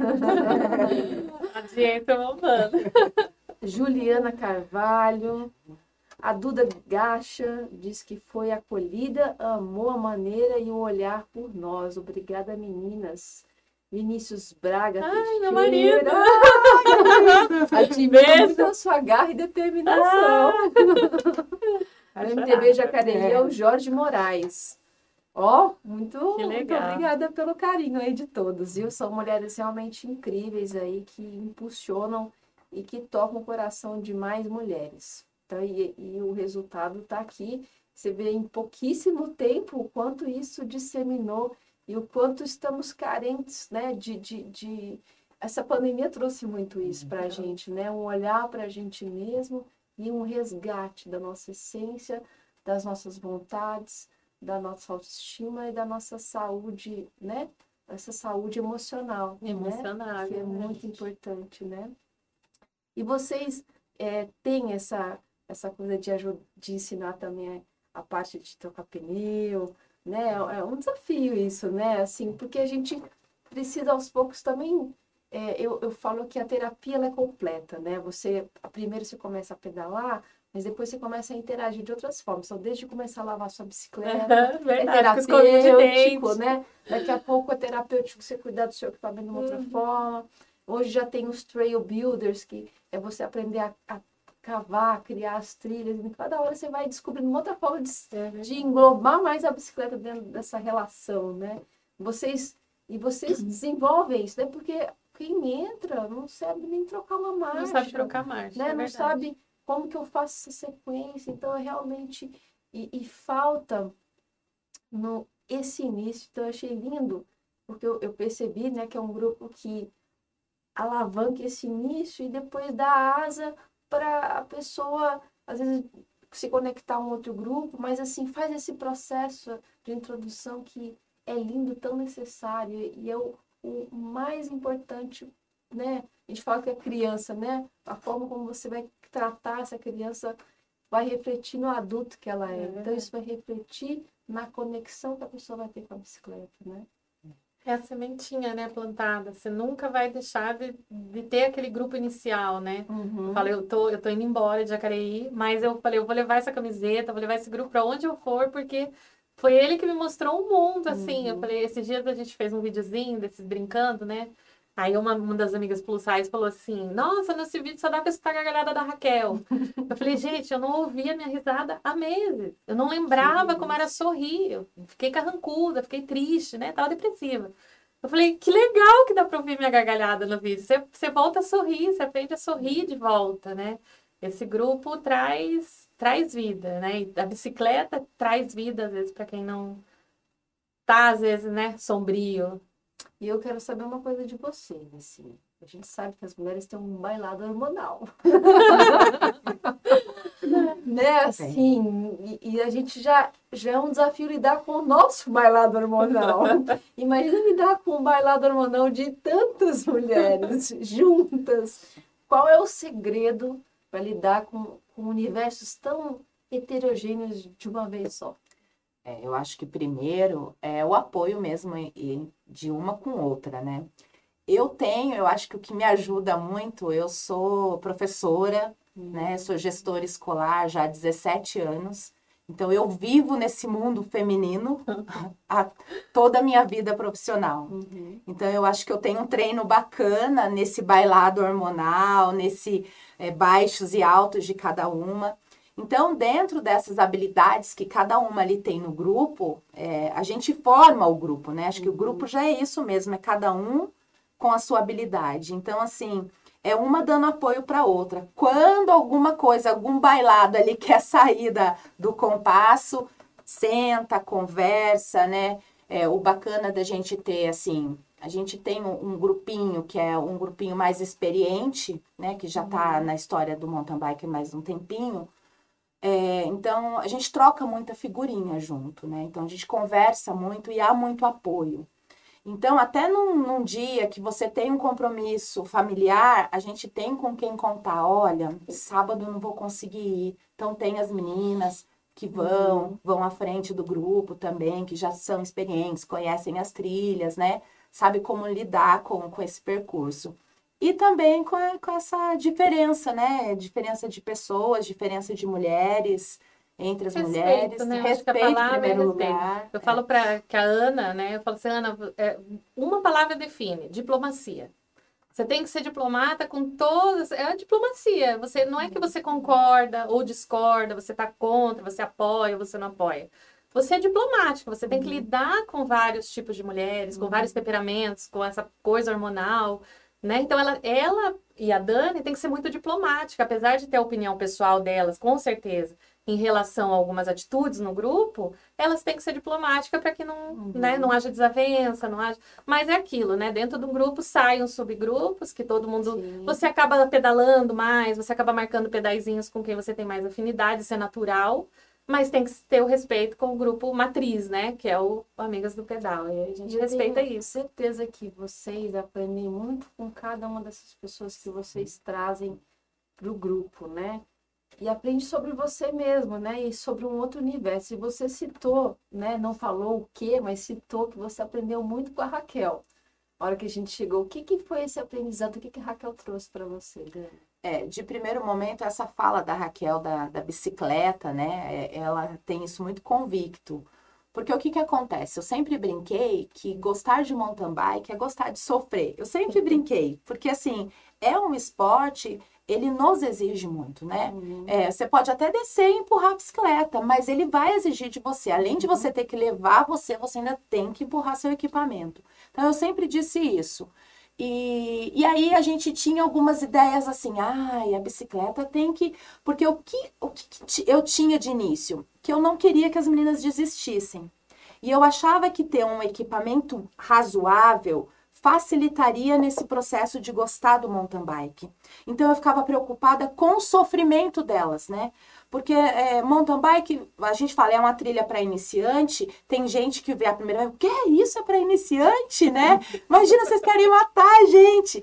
A dieta bombando. Juliana Carvalho. A Duda Gacha diz que foi acolhida, amou a maneira e o olhar por nós. Obrigada, meninas. Vinícius Braga. Ai, meu marido. Admiro muito a sua garra e determinação. A M T B Jacareí é o Jorge Moraes. Ó, oh, muito, muito obrigada pelo carinho aí de todos, viu? São mulheres realmente incríveis aí que impulsionam e que tocam o coração de mais mulheres. Então, e, e o resultado está aqui. Você vê em pouquíssimo tempo o quanto isso disseminou e o quanto estamos carentes, né? De, de, de... Essa pandemia trouxe muito isso para a gente, né? Um olhar para a gente mesmo e um resgate da nossa essência, das nossas vontades, da nossa autoestima e da nossa saúde, né? Essa saúde emocional, emocional, né? Que é muito importante, né? E vocês é, têm essa essa coisa de, ajudar, de ensinar também a parte de trocar pneu, né? É um desafio isso, né? Assim, porque a gente precisa aos poucos também, é, eu, eu falo que a terapia ela é completa, né? Você, primeiro você começa a pedalar, mas depois você começa a interagir de outras formas. Então, desde começar a lavar sua bicicleta, uhum, é terapêutico, né? Daqui a pouco é terapêutico você cuidar do seu equipamento de uma outra uhum. forma. Hoje já tem os trail builders, que é você aprender a, a cavar, criar as trilhas. E cada hora você vai descobrindo uma outra forma de, de englobar mais a bicicleta dentro dessa relação, né? Vocês, e vocês desenvolvem isso, né? Porque quem entra não sabe nem trocar uma marcha. Não sabe trocar marcha, né? é Não verdade. sabe como que eu faço essa sequência. Então, é realmente... E, e falta no, esse início. Então, eu achei lindo, porque eu, eu percebi, né, que é um grupo que alavanca esse início e depois dá asa para a pessoa, às vezes, se conectar a um outro grupo, mas, assim, faz esse processo de introdução que é lindo, tão necessário, e é o, o mais importante, né? A gente fala que é criança, né? A forma como você vai tratar essa criança vai refletir no adulto que ela é. É Então, isso vai refletir na conexão que a pessoa vai ter com a bicicleta, né? É a sementinha, né, plantada. Você nunca vai deixar de, de ter aquele grupo inicial, né? Uhum. Eu falei, eu tô, eu tô indo embora de Jacareí, mas eu falei, eu vou levar essa camiseta, vou levar esse grupo pra onde eu for, porque foi ele que me mostrou o mundo, assim. Uhum. Eu falei, esses dias a gente fez um videozinho desses brincando, né? Aí uma, uma das amigas plus size falou assim, nossa, nesse vídeo só dá pra escutar a gargalhada da Raquel. Eu falei, gente, eu não ouvia minha risada há meses. Eu não lembrava como era sorrir. Eu fiquei carrancuda, fiquei triste, né? Tava depressiva. Eu falei, que legal que dá pra ouvir minha gargalhada no vídeo. Você, você volta a sorrir, você aprende a sorrir de volta, né? Esse grupo traz, traz vida, né? E a bicicleta traz vida, às vezes, pra quem não tá, às vezes, né, sombrio. E eu quero saber uma coisa de vocês, assim. A gente sabe que as mulheres têm um bailado hormonal. né, assim, e, e a gente já, já é um desafio lidar com o nosso bailado hormonal. Imagina lidar com um bailado hormonal de tantas mulheres juntas. Qual é o segredo para lidar com, com universos tão heterogêneos de uma vez só? É, eu acho que primeiro é o apoio mesmo e, de uma com outra, né? Eu tenho, eu acho que o que me ajuda muito, eu sou professora, hum. né? Sou gestora escolar já há dezessete anos. Então, eu vivo nesse mundo feminino a, toda a minha vida profissional. Uhum. Então, eu acho que eu tenho um treino bacana nesse bailado hormonal, nesse é, baixos e altos de cada uma. Então, dentro dessas habilidades que cada uma ali tem no grupo, é, a gente forma o grupo, né? Acho que uhum. o grupo já é isso mesmo, é cada um com a sua habilidade. Então, assim, é uma dando apoio para a outra. Quando alguma coisa, algum bailado ali quer sair da, do compasso, senta, conversa, né? É, o bacana da gente ter, assim, a gente tem um, um grupinho que é um grupinho mais experiente, né? Que já está uhum. na história do mountain bike há mais um tempinho. É, então, a gente troca muita figurinha junto, né? Então, a gente conversa muito e há muito apoio. Então, até num, num dia que você tem um compromisso familiar, a gente tem com quem contar. Olha, sábado eu não vou conseguir ir. Então, tem as meninas que vão, uhum. vão à frente do grupo também, que já são experientes, conhecem as trilhas, né? Sabe como lidar com, com esse percurso. E também com, a, com essa diferença, né? Diferença de pessoas, diferença de mulheres, entre as respeito, mulheres. Né? Respeito, em primeiro é lugar. Eu é. falo para que a Ana, né? Eu falo assim, Ana, é, uma palavra define, diplomacia. Você tem que ser diplomata com todas... É a diplomacia. Você, não é que você concorda ou discorda, você está contra, você apoia ou você não apoia. Você é diplomático, você tem que lidar com vários tipos de mulheres, com vários temperamentos, com essa coisa hormonal... Né? Então, ela, ela e a Dani tem que ser muito diplomática, apesar de ter a opinião pessoal delas, com certeza, em relação a algumas atitudes no grupo, elas têm que ser diplomáticas para que não, uhum. né, não haja desavença, não haja... Mas é aquilo, né? Dentro de um grupo saem os subgrupos, que todo mundo... Sim. Você acaba pedalando mais, você acaba marcando pedaizinhos com quem você tem mais afinidade, isso é natural, mas tem que ter o respeito com o grupo matriz, né? Que é o Amigas do Pedal. E a gente eu respeita tenho isso. certeza que vocês aprendem muito com cada uma dessas pessoas que vocês trazem para o grupo, né? E aprende sobre você mesmo, né? E sobre um outro universo. E você citou, né? Não falou o quê, mas citou que você aprendeu muito com a Raquel. A hora que a gente chegou, o que, que foi esse aprendizado? O que, que a Raquel trouxe para você, Dani? É, de primeiro momento, essa fala da Raquel da, da bicicleta, né? Ela tem isso muito convicto. Porque o que que acontece? Eu sempre brinquei que gostar de mountain bike é gostar de sofrer. Eu sempre brinquei, porque assim, é um esporte, ele nos exige muito, né? Uhum. É, você pode até descer e empurrar a bicicleta, mas ele vai exigir de você. Além de você ter que levar você, você ainda tem que empurrar seu equipamento. Então, eu sempre disse isso. E, e aí a gente tinha algumas ideias assim, ai, a bicicleta tem que... Porque o que, o que eu tinha de início? Que eu não queria que as meninas desistissem. E eu achava que ter um equipamento razoável facilitaria nesse processo de gostar do mountain bike. Então eu ficava preocupada com o sofrimento delas, né? Porque é, mountain bike, a gente fala, é uma trilha para iniciante, tem gente que vê a primeira vez, o que é isso? É para iniciante, né? Imagina, vocês querem matar a gente.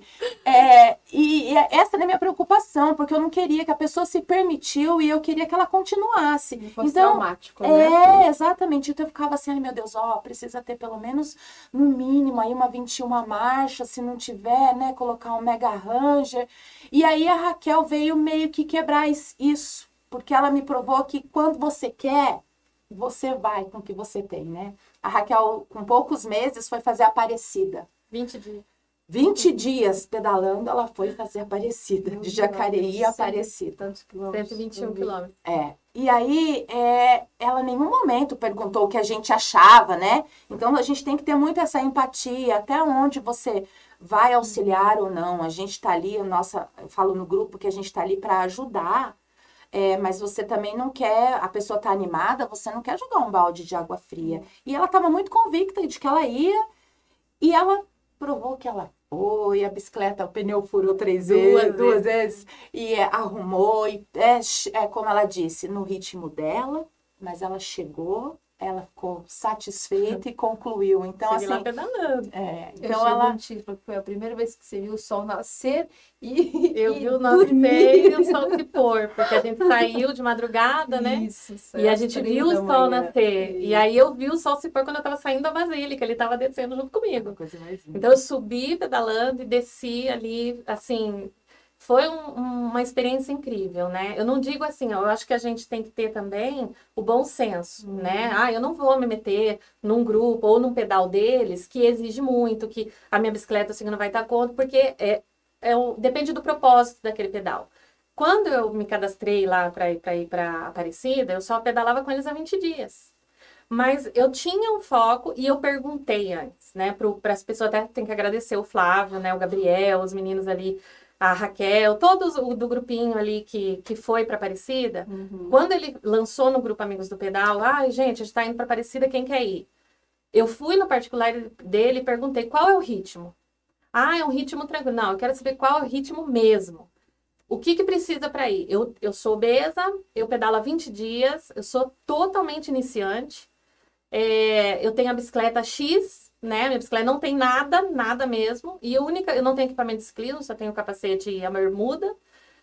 É, e, e essa era a minha preocupação, porque eu não queria que a pessoa se permitiu e eu queria que ela continuasse. Não fosse então, traumático, né? É, exatamente. Então eu ficava assim, ai meu Deus, ó, precisa ter pelo menos, no mínimo, aí uma vinte e uma marcha, se não tiver, né, colocar um Mega Ranger. E aí a Raquel veio meio que quebrar isso. Porque ela me provou que quando você quer, você vai com o que você tem, né? A Raquel, com poucos meses, foi fazer a Aparecida. vinte dias. vinte dias pedalando, ela foi fazer a Aparecida. De Jacareí a Aparecida. Tantos quilômetros. cento e vinte e um quilômetros. É. E aí, é, ela em nenhum momento perguntou o que a gente achava, né? Então, a gente tem que ter muito essa empatia, até onde você vai auxiliar ou não. A gente tá ali, nossa, eu falo no grupo que a gente tá ali para ajudar. É, mas você também não quer, a pessoa tá animada, você não quer jogar um balde de água fria. E ela estava muito convicta de que ela ia, e ela provou que ela foi, a bicicleta, o pneu furou três Duas vezes, vezes. duas vezes, e é, arrumou, e é, é como ela disse, no ritmo dela, mas ela chegou, ela ficou satisfeita e concluiu. Então, Segui lá assim, pedalando. é, Eu então achei ela... muito chique, porque foi a primeira vez que você viu o sol nascer e Eu e vi o dormir. nascer e o sol se pôr, porque a gente saiu de madrugada, né? Isso, saiu E a às gente três viu o da sol manhã. nascer. E aí eu vi o sol se pôr quando eu tava saindo da Basílica, ele tava descendo junto comigo. Coisa mais linda. Então eu subi pedalando e desci ali, assim, foi um- um- uma experiência incrível, né? Eu não digo assim, eu acho que a gente tem que ter também o bom senso, né? Ah, eu não vou me meter num grupo ou num pedal deles que exige muito, que a minha bicicleta assim não vai estar conta, porque é, é o- depende do propósito daquele pedal. Quando eu me cadastrei lá para ir para ir para Aparecida, eu só pedalava com eles há vinte dias. Mas eu tinha um foco e eu perguntei antes, né, para as pessoas, até tem que agradecer o Flávio, né, o Gabriel, os meninos ali, a Raquel, todos o do grupinho ali que, que foi para Aparecida. Uhum. Quando ele lançou no grupo Amigos do Pedal, ai, gente, a gente tá indo para Aparecida, quem quer ir? Eu fui no particular dele e perguntei qual é o ritmo. Ah, é um ritmo tranquilo. Não, eu quero saber qual é o ritmo mesmo. O que que precisa para ir? Eu, eu sou obesa, eu pedalo há vinte dias, eu sou totalmente iniciante. É, eu tenho a bicicleta X, né? Minha bicicleta não tem nada, nada mesmo. E a única, eu não tenho equipamento de ciclismo, só tenho o capacete e a bermuda.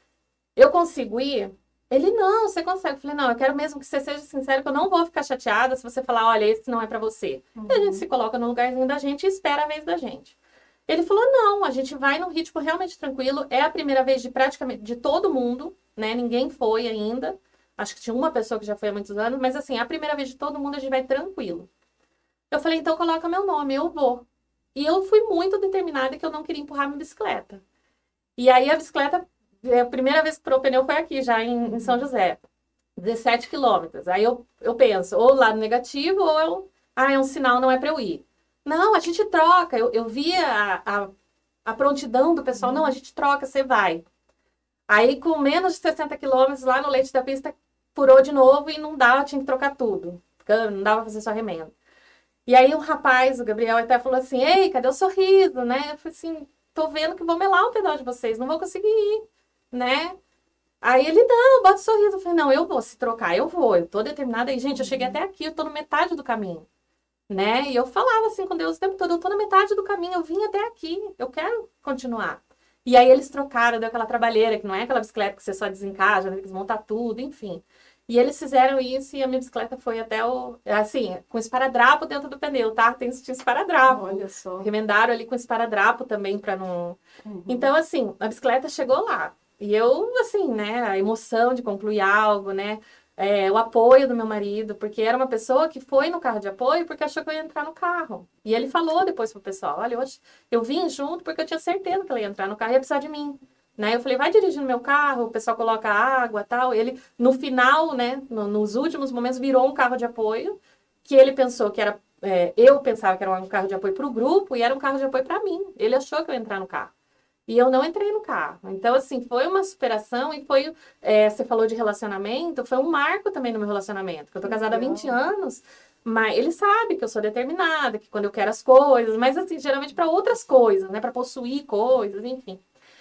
Eu consigo ir? Ele, não, você consegue. Eu falei, não, eu quero mesmo que você seja sincero, que eu não vou ficar chateada se você falar, olha, esse não é pra você. E a gente se coloca no lugarzinho da gente e espera a vez da gente. Ele falou, não, a gente vai num ritmo realmente tranquilo. É a primeira vez de praticamente de todo mundo, né? Ninguém foi ainda. Acho que tinha uma pessoa que já foi há muitos anos, mas assim, é a primeira vez de todo mundo, a gente vai tranquilo. Eu falei, então coloca meu nome, eu vou. E eu fui muito determinada que eu não queria empurrar minha bicicleta. E aí a bicicleta, a primeira vez que furou o pneu foi aqui, já em, em São José. dezessete quilômetros. Aí eu, eu penso, ou lado negativo, ou eu, ah, é um sinal, não é para eu ir. Não, a gente troca. Eu, eu via a, a, a prontidão do pessoal, não, a gente troca, você vai. Aí com menos de sessenta quilômetros lá no leite da pista, furou de novo e não dava, tinha que trocar tudo. Não dava pra fazer só remendo. E aí o rapaz, o Gabriel, até falou assim, ei, cadê o sorriso, né? Eu falei assim, tô vendo que vou melar o pedal de vocês, não vou conseguir ir, né? Aí ele, não, bota o sorriso. Eu falei, não, eu vou, se trocar, eu vou, eu tô determinada. E, gente, eu cheguei até aqui, eu tô na metade do caminho, né? E eu falava assim com Deus o tempo todo, eu tô na metade do caminho, eu vim até aqui, eu quero continuar. E aí eles trocaram, deu aquela trabalheira, que não é aquela bicicleta que você só desencaixa, né? Tem que desmontar tudo, enfim. E eles fizeram isso e a minha bicicleta foi até o... Assim, com esparadrapo dentro do pneu, tá? Tem tinha esparadrapo. Olha só. Remendaram ali com esparadrapo também pra não... Uhum. Então, assim, a bicicleta chegou lá. E eu, assim, né? A emoção de concluir algo, né? é, o apoio do meu marido, porque era uma pessoa que foi no carro de apoio porque achou que eu ia entrar no carro. E ele falou depois pro pessoal, olha, eu, eu vim junto porque eu tinha certeza que ela ia entrar no carro e ia precisar de mim. Né? Eu falei, vai dirigindo meu carro, o pessoal coloca água e tal. Ele, no final, né, no, nos últimos momentos, virou um carro de apoio, que ele pensou que era, é, eu pensava que era um carro de apoio para o grupo e era um carro de apoio para mim. Ele achou que eu ia entrar no carro. E eu não entrei no carro. Então, assim, foi uma superação e foi, é, você falou de relacionamento, foi um marco também no meu relacionamento, que eu tô casada há vinte anos, mas ele sabe que eu sou determinada, que quando eu quero as coisas, mas assim, geralmente para outras coisas, né, para possuir coisas, enfim.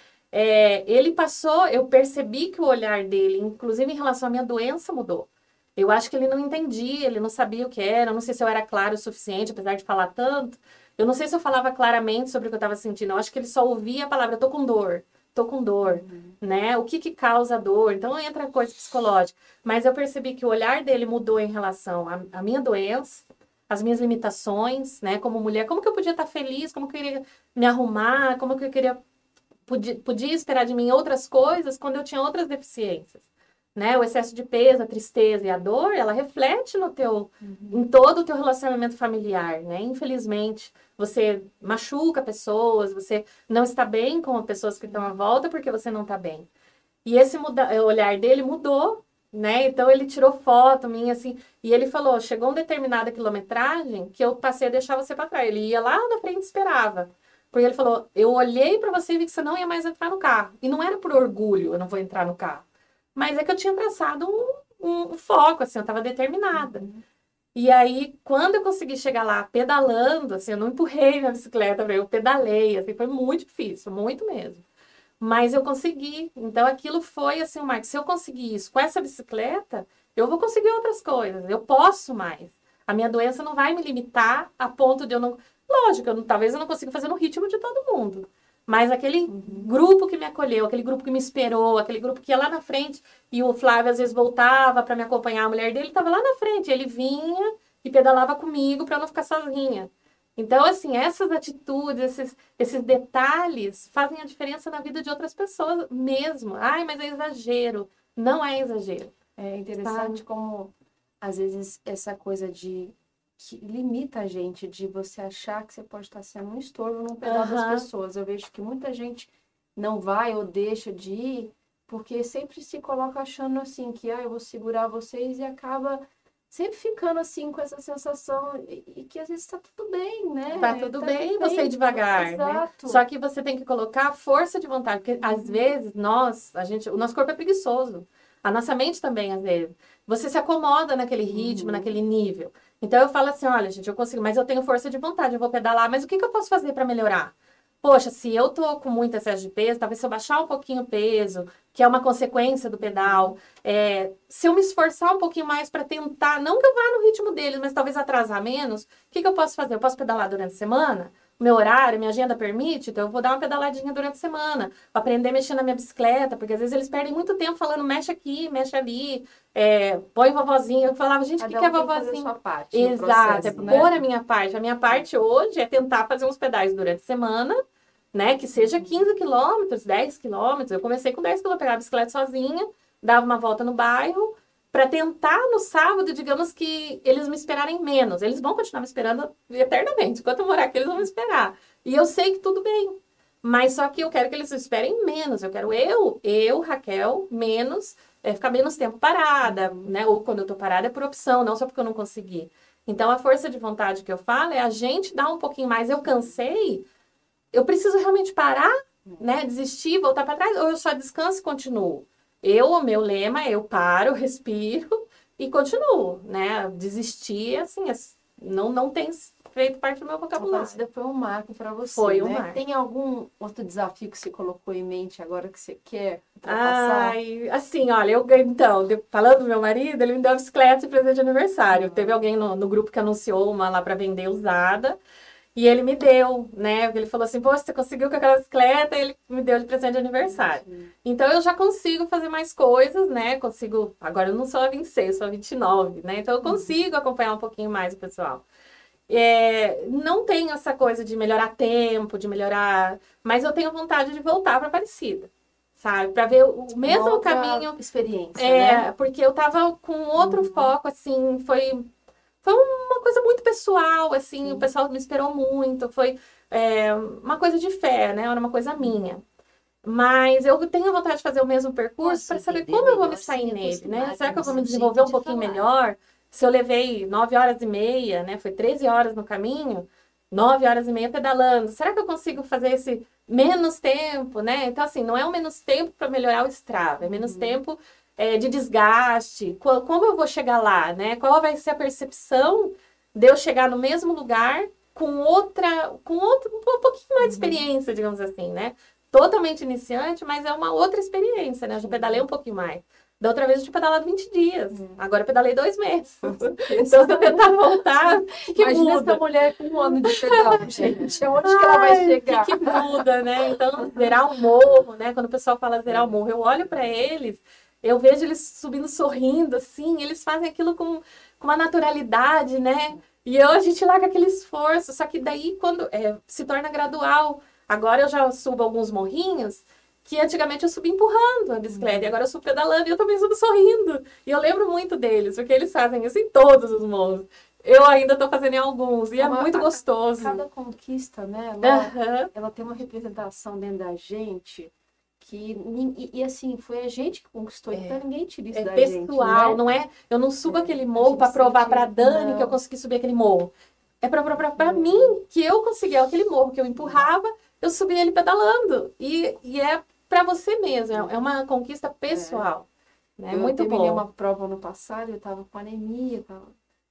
É, ele passou, eu percebi que o olhar dele, inclusive em relação à minha doença, mudou. Eu acho que ele não entendia, ele não sabia o que era, eu não sei se eu era claro o suficiente, apesar de falar tanto. Eu não sei se eu falava claramente sobre o que eu estava sentindo. Eu acho que ele só ouvia a palavra, tô com dor, tô com dor, uhum. né? O que que causa dor? Então entra coisa psicológica. Mas eu percebi que o olhar dele mudou em relação à, à minha doença, às minhas limitações, né? Como mulher, como que eu podia estar feliz, como que eu queria me arrumar, como que eu queria, podia, podia esperar de mim outras coisas quando eu tinha outras deficiências. Né? O excesso de peso, a tristeza e a dor, ela reflete no teu, uhum. em todo o teu relacionamento familiar, né? Infelizmente, você machuca pessoas, você não está bem com as pessoas que estão à volta porque você não está bem. E esse muda, o olhar dele mudou, né? Então, ele tirou foto minha, assim, e ele falou, chegou uma determinada quilometragem que eu passei a deixar você para trás. Ele ia lá na frente e esperava. Porque ele falou, eu olhei para você e vi que você não ia mais entrar no carro. E não era por orgulho, eu não vou entrar no carro. Mas é que eu tinha traçado um, um, um foco, assim, eu estava determinada. Uhum. E aí, quando eu consegui chegar lá pedalando, assim, eu não empurrei minha bicicleta, eu pedalei, assim, foi muito difícil, muito mesmo. Mas eu consegui. Então, aquilo foi, assim, o marco. Se eu conseguir isso com essa bicicleta, eu vou conseguir outras coisas, eu posso mais. A minha doença não vai me limitar a ponto de eu não... Lógico, eu não, talvez eu não consiga fazer no ritmo de todo mundo. Mas aquele uhum. grupo que me acolheu, aquele grupo que me esperou, aquele grupo que ia lá na frente, e o Flávio às vezes voltava para me acompanhar, a mulher dele estava lá na frente, ele vinha e pedalava comigo para eu não ficar sozinha. Então, assim, essas atitudes, esses, esses detalhes fazem a diferença na vida de outras pessoas mesmo. Ai, mas é exagero. Não é exagero. É interessante sabe? Como, às vezes, essa coisa de... que limita a gente de você achar que você pode estar sendo um estorvo num pedaço uhum. das pessoas. Eu vejo que muita gente não vai ou deixa de ir porque sempre se coloca achando assim que ah, eu vou segurar vocês e acaba sempre ficando assim com essa sensação e, e que às vezes tá tudo bem, né? Tá tudo tá bem tudo você bem. Ir devagar, Exato. Né? Só que você tem que colocar força de vontade, porque às vezes nós, a gente, o nosso corpo é preguiçoso. A nossa mente também, às vezes. Você se acomoda naquele ritmo, uhum. naquele nível. Então, eu falo assim, olha, gente, eu consigo, mas eu tenho força de vontade, eu vou pedalar, mas o que, que eu posso fazer para melhorar? Poxa, se eu tô com muito excesso de peso, talvez se eu baixar um pouquinho o peso, que é uma consequência do pedal, é, se eu me esforçar um pouquinho mais para tentar, não que eu vá no ritmo deles, mas talvez atrasar menos, o que, que eu posso fazer? Eu posso pedalar durante a semana? Meu horário, minha agenda permite, então eu vou dar uma pedaladinha durante a semana, aprender a mexer na minha bicicleta, porque às vezes eles perdem muito tempo falando, mexe aqui, mexe ali, é, põe vovozinha. Eu falava, gente, o que, que é vovozinha? Sua parte, exato, processo, é né? pôr a minha parte. A minha parte hoje é tentar fazer uns pedais durante a semana, né, que seja quinze quilômetros, dez quilômetros. Eu comecei com dez quilômetros, pegava a bicicleta sozinha, dava uma volta no bairro, para tentar no sábado, digamos que eles me esperarem menos. Eles vão continuar me esperando eternamente. Enquanto eu morar aqui, eles vão me esperar. E eu sei que tudo bem. Mas só que eu quero que eles me esperem menos. Eu quero eu, eu, Raquel, menos, é, ficar menos tempo parada, né? Ou quando eu tô parada é por opção, não só porque eu não consegui. Então, a força de vontade que eu falo é a gente dar um pouquinho mais. Eu cansei, eu preciso realmente parar, né? Desistir, voltar para trás, ou eu só descanso e continuo. Eu, o meu lema, eu paro, respiro e continuo, né? Desistir, assim, não, não tem feito parte do meu vocabulário. Isso foi um marco para você, Foi um né? marco. Tem algum outro desafio que você colocou em mente agora que você quer ultrapassar? Ai, assim, olha, eu então, falando do meu marido, ele me deu a bicicleta de presente de aniversário. Uhum. Teve alguém no, no grupo que anunciou uma lá para vender usada. E ele me deu, né? Ele falou assim, poxa, você conseguiu com aquela bicicleta, e ele me deu de presente de aniversário. Uhum. Então, eu já consigo fazer mais coisas, né? Consigo, agora eu não sou a vinte e seis, eu sou a vinte e nove, né? Então, eu consigo uhum. acompanhar um pouquinho mais o pessoal. É, não tenho essa coisa de melhorar tempo, de melhorar... Mas eu tenho vontade de voltar para Aparecida. sabe? Para ver o mesmo Uma outra caminho. experiência, É, né? porque eu tava com outro Uhum. foco, assim, foi, foi uma coisa muito pessoal, assim, Sim. o pessoal me esperou muito, foi é, uma coisa de fé, né? Era uma coisa minha. Mas eu tenho vontade de fazer o mesmo percurso para Posso saber entender como eu vou me melhor, sair sem nele, né? acostumar Será que eu vou me com o desenvolver jeito um de pouquinho falar. melhor? Se eu levei nove horas e meia, né? Foi treze horas no caminho, nove horas e meia pedalando. Será que eu consigo fazer esse menos tempo, né? Então, assim, não é um menos tempo para melhorar o Strava, é menos Uhum. tempo é, de desgaste. Qu- Como eu vou chegar lá, né? Qual vai ser a percepção de eu chegar no mesmo lugar com outra, com outro, um pouquinho mais de experiência, digamos assim, né? Totalmente iniciante, mas é uma outra experiência, né? Eu já pedalei um pouquinho mais. Da outra vez eu tinha pedalado vinte dias. Agora eu pedalei dois meses. Então, se eu tentar voltar, o que, que Imagina muda? essa mulher com um ano de pedal, gente. Onde que ela vai Ai, chegar? O que, que muda, né? Então, zerar o morro, né? Quando o pessoal fala zerar o morro, eu olho para eles, eu vejo eles subindo sorrindo, assim, eles fazem aquilo com, com uma naturalidade, né? E eu, a gente lá com aquele esforço, só que daí, quando é, se torna gradual. Agora eu já subo alguns morrinhos que antigamente eu subi empurrando a bicicleta, e agora eu subo pedalando e eu também subo sorrindo. E eu lembro muito deles, porque eles fazem isso em todos os morros. Eu ainda estou fazendo em alguns, e é Uma- muito a- gostoso. Cada conquista, né? Ela, Aham. ela tem uma representação dentro da gente que nin- e, e, assim foi a gente que conquistou, então ninguém tira isso É da pessoal, gente, né? não é? Eu não subo É, aquele a morro gente para provar sente- para Dani não. que eu consegui subir aquele morro. É para provar para Não. mim que eu consegui aquele morro que eu empurrava, eu subi ele pedalando. E, e é para você mesmo, é é uma conquista pessoal. Né? Eu Muito terminei bom. uma prova no passado, eu tava com anemia, tava...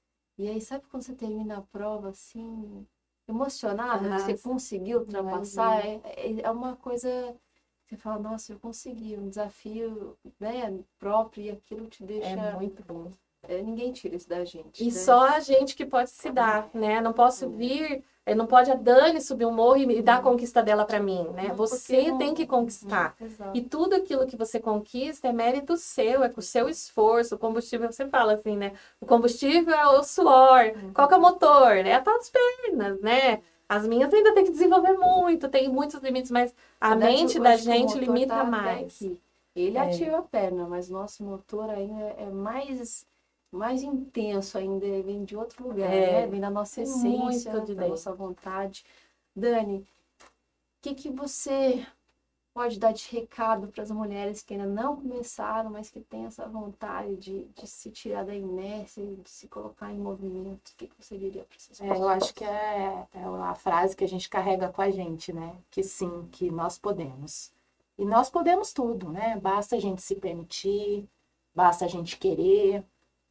E aí, sabe quando você termina a prova assim, emocionada, Ah, que você sim. conseguiu ultrapassar? É, é- é uma coisa que você fala, nossa, eu consegui, um desafio, né, próprio, e aquilo te deixa. É muito bom. é, ninguém tira isso da gente. E né? só a gente que pode se dar, né? Não posso vir, eh, não pode a Dani subir um morro e me dar a conquista dela para mim, né? Não, Você porque não- tem que conquistar. Exato. E tudo aquilo que você conquista é mérito seu, é com o seu esforço. O combustível, você fala assim, né? O combustível é o suor. Qual que é o motor? É as tuas pernas, né? As minhas ainda tem que desenvolver muito, tem muitos limites, mas a Na verdade, mente eu da acho que o gente motor limita tá até mais. aqui. Ele É. ativa a perna, mas nosso motor ainda é mais, mais intenso ainda, ele vem de outro lugar, É. né? Vem da nossa Tem essência, muito de da dentro. nossa vontade. Dani, o que, que você pode dar de recado para as mulheres que ainda não começaram, mas que têm essa vontade de, de se tirar da inércia, de se colocar em movimento? O que, que você diria para essas É, pessoas? eu acho que é, é a frase que a gente carrega com a gente, né? Que sim, que nós podemos. E nós podemos tudo, né? Basta a gente se permitir, basta a gente querer,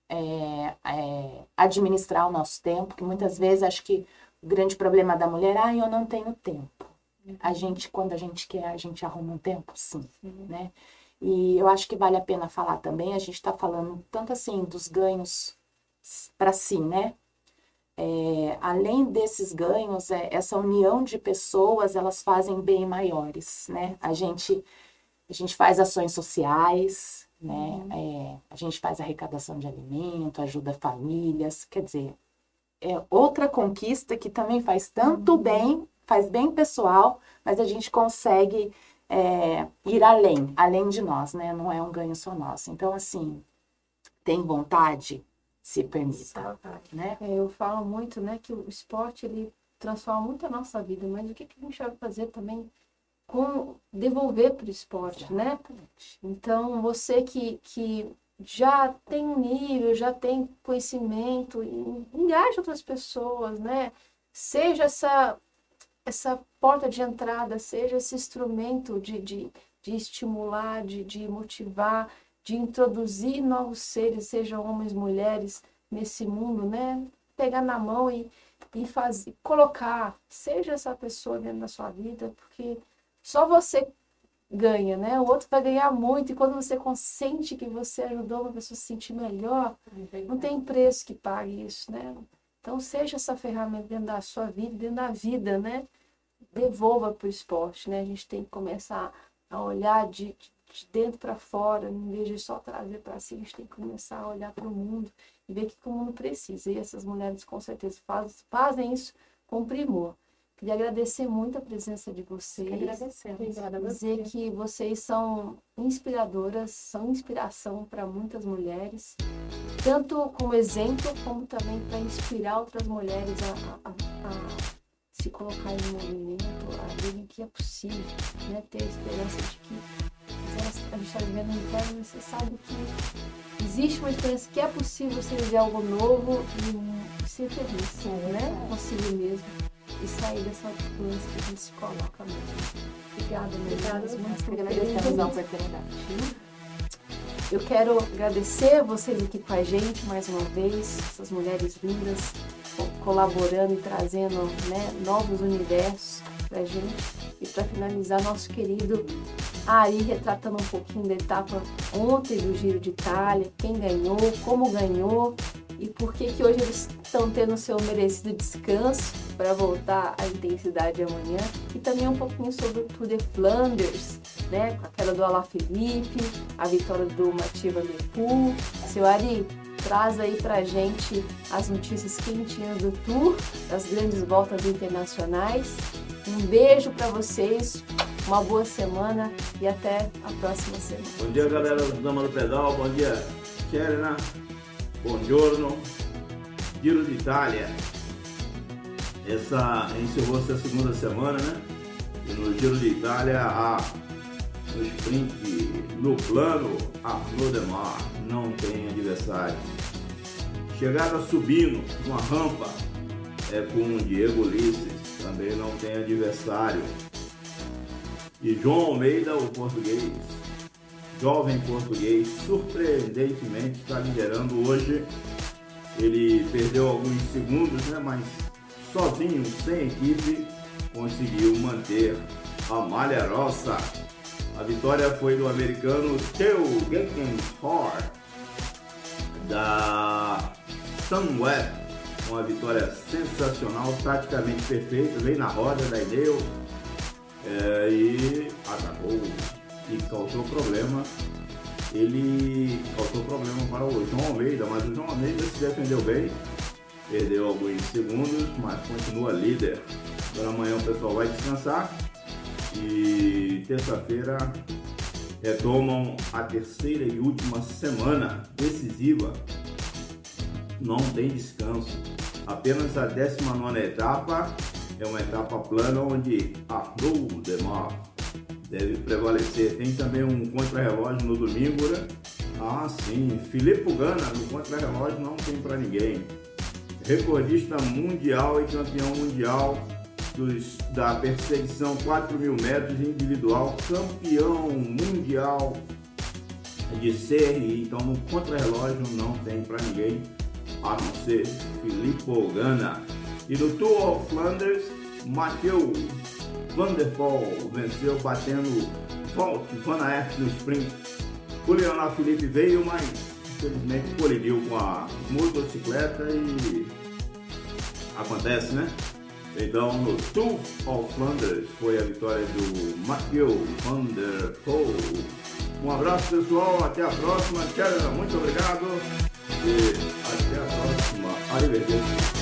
é, é, administrar o nosso tempo, que muitas vezes acho que o grande problema da mulher, ah, eu não tenho tempo. A gente, quando a gente quer, a gente arruma um tempo, sim, né? E eu acho que vale a pena falar também, a gente está falando tanto assim dos ganhos para si, né? É, além desses ganhos, é, essa união de pessoas, elas fazem bem maiores, né? A gente, a gente faz ações sociais, né? É, a gente faz arrecadação de alimento, ajuda famílias, quer dizer, é outra conquista que também faz tanto bem, faz bem pessoal, mas a gente consegue é, ir além, além de nós, né? Não é um ganho só nosso. Então, assim, tem vontade, se permita, né? É, eu falo muito, né, que o esporte, ele transforma muito a nossa vida, mas o que, que a gente vai fazer também com devolver para o esporte, né? Exatamente. Então, você que, que já tem um nível, já tem conhecimento, engaje outras pessoas, né? Seja essa, essa porta de entrada, seja esse instrumento de, de, de estimular, de, de motivar, de introduzir novos seres, sejam homens, mulheres, nesse mundo, né? Pegar na mão e, e fazer, colocar, seja essa pessoa dentro da sua vida, porque só você ganha, né? O outro vai ganhar muito, e quando você sente que você ajudou uma pessoa a se sentir melhor, não tem preço que pague isso, né? Então, seja essa ferramenta dentro da sua vida, dentro da vida, né? Devolva para o esporte, né? A gente tem que começar a olhar de, de dentro para fora, em vez de só trazer para si, a gente tem que começar a olhar para o mundo e ver o que o mundo precisa. E essas mulheres, com certeza, faz, fazem isso com primor. Queria agradecer muito a presença de vocês. Agradecemos. Obrigada a Dizer você. que vocês são inspiradoras, são inspiração para muitas mulheres, tanto como exemplo, como também para inspirar outras mulheres a, a, a se colocar em movimento, a verem que é possível, né? Ter a esperança de que a gente está vivendo um inverno, você sabe que existe uma esperança que é possível você viver algo novo e ser feliz, né? Consigo mesmo. E sair dessa doença que a gente se coloca mesmo. Obrigada, meninas. Muito Agradecemos a oportunidade. Eu quero agradecer vocês aqui com a gente mais uma vez, essas mulheres lindas, colaborando e trazendo, né, novos universos pra gente. E para finalizar, nosso querido Ari retratando um pouquinho da etapa ontem do Giro de Itália, quem ganhou, como ganhou e por que que hoje eles estão tendo o seu merecido descanso para voltar à intensidade amanhã. E também um pouquinho sobre o Tour de Flanders, né, com aquela do Alaphilippe, a vitória do Mathieu Van Der Poel. Seu Ari, traz aí pra gente as notícias quentinhas do Tour, das grandes voltas internacionais. Um beijo para vocês, uma boa semana e até a próxima semana. Bom dia, galera do Dama do Pedal. Bom dia, Serena. Buongiorno. Giro de Itália. Essa encerrou-se a segunda semana, né? E no Giro de Itália, a, no sprint, no plano, Arnaud Démare não tem adversário. Chegada subindo, uma rampa, é com Diego Ulisses, também não tem adversário. E João Almeida, o português, jovem português, surpreendentemente está liderando hoje. Ele perdeu alguns segundos, né, mas sozinho, sem equipe, conseguiu manter a malha rossa. A vitória foi do americano Theo Gegenhardt, da Sunweb, uma vitória sensacional, taticamente perfeita, veio na roda da Ineos é, e atacou e causou problema. Ele causou problema para o João Almeida, mas o João Almeida se defendeu bem, perdeu alguns segundos, mas continua líder. Agora amanhã o pessoal vai descansar e terça-feira retomam a terceira e última semana decisiva. Não tem descanso. Apenas a décima nona etapa é uma etapa plana onde Arnaud Démare deve prevalecer. Tem também um contra-relógio no domingo, né? Ah, sim. Filippo Ganna no contra-relógio não tem para ninguém. Recordista mundial e campeão mundial dos, da perseguição quatro mil metros individual, campeão mundial de C R I. Então no contra-relógio não tem para ninguém a não ser Filippo Ganna. E no Tour of Flanders, Mathieu Van Der Poel venceu batendo Wout van Aert no sprint. O Leonardo Felipe veio, mas infelizmente colidiu com a motocicleta e acontece, né? Então no Tour of Flanders foi a vitória do Mathieu Van Der Poel. Um abraço, pessoal, até a próxima. Tchau, muito obrigado e até a próxima. Arrivederci.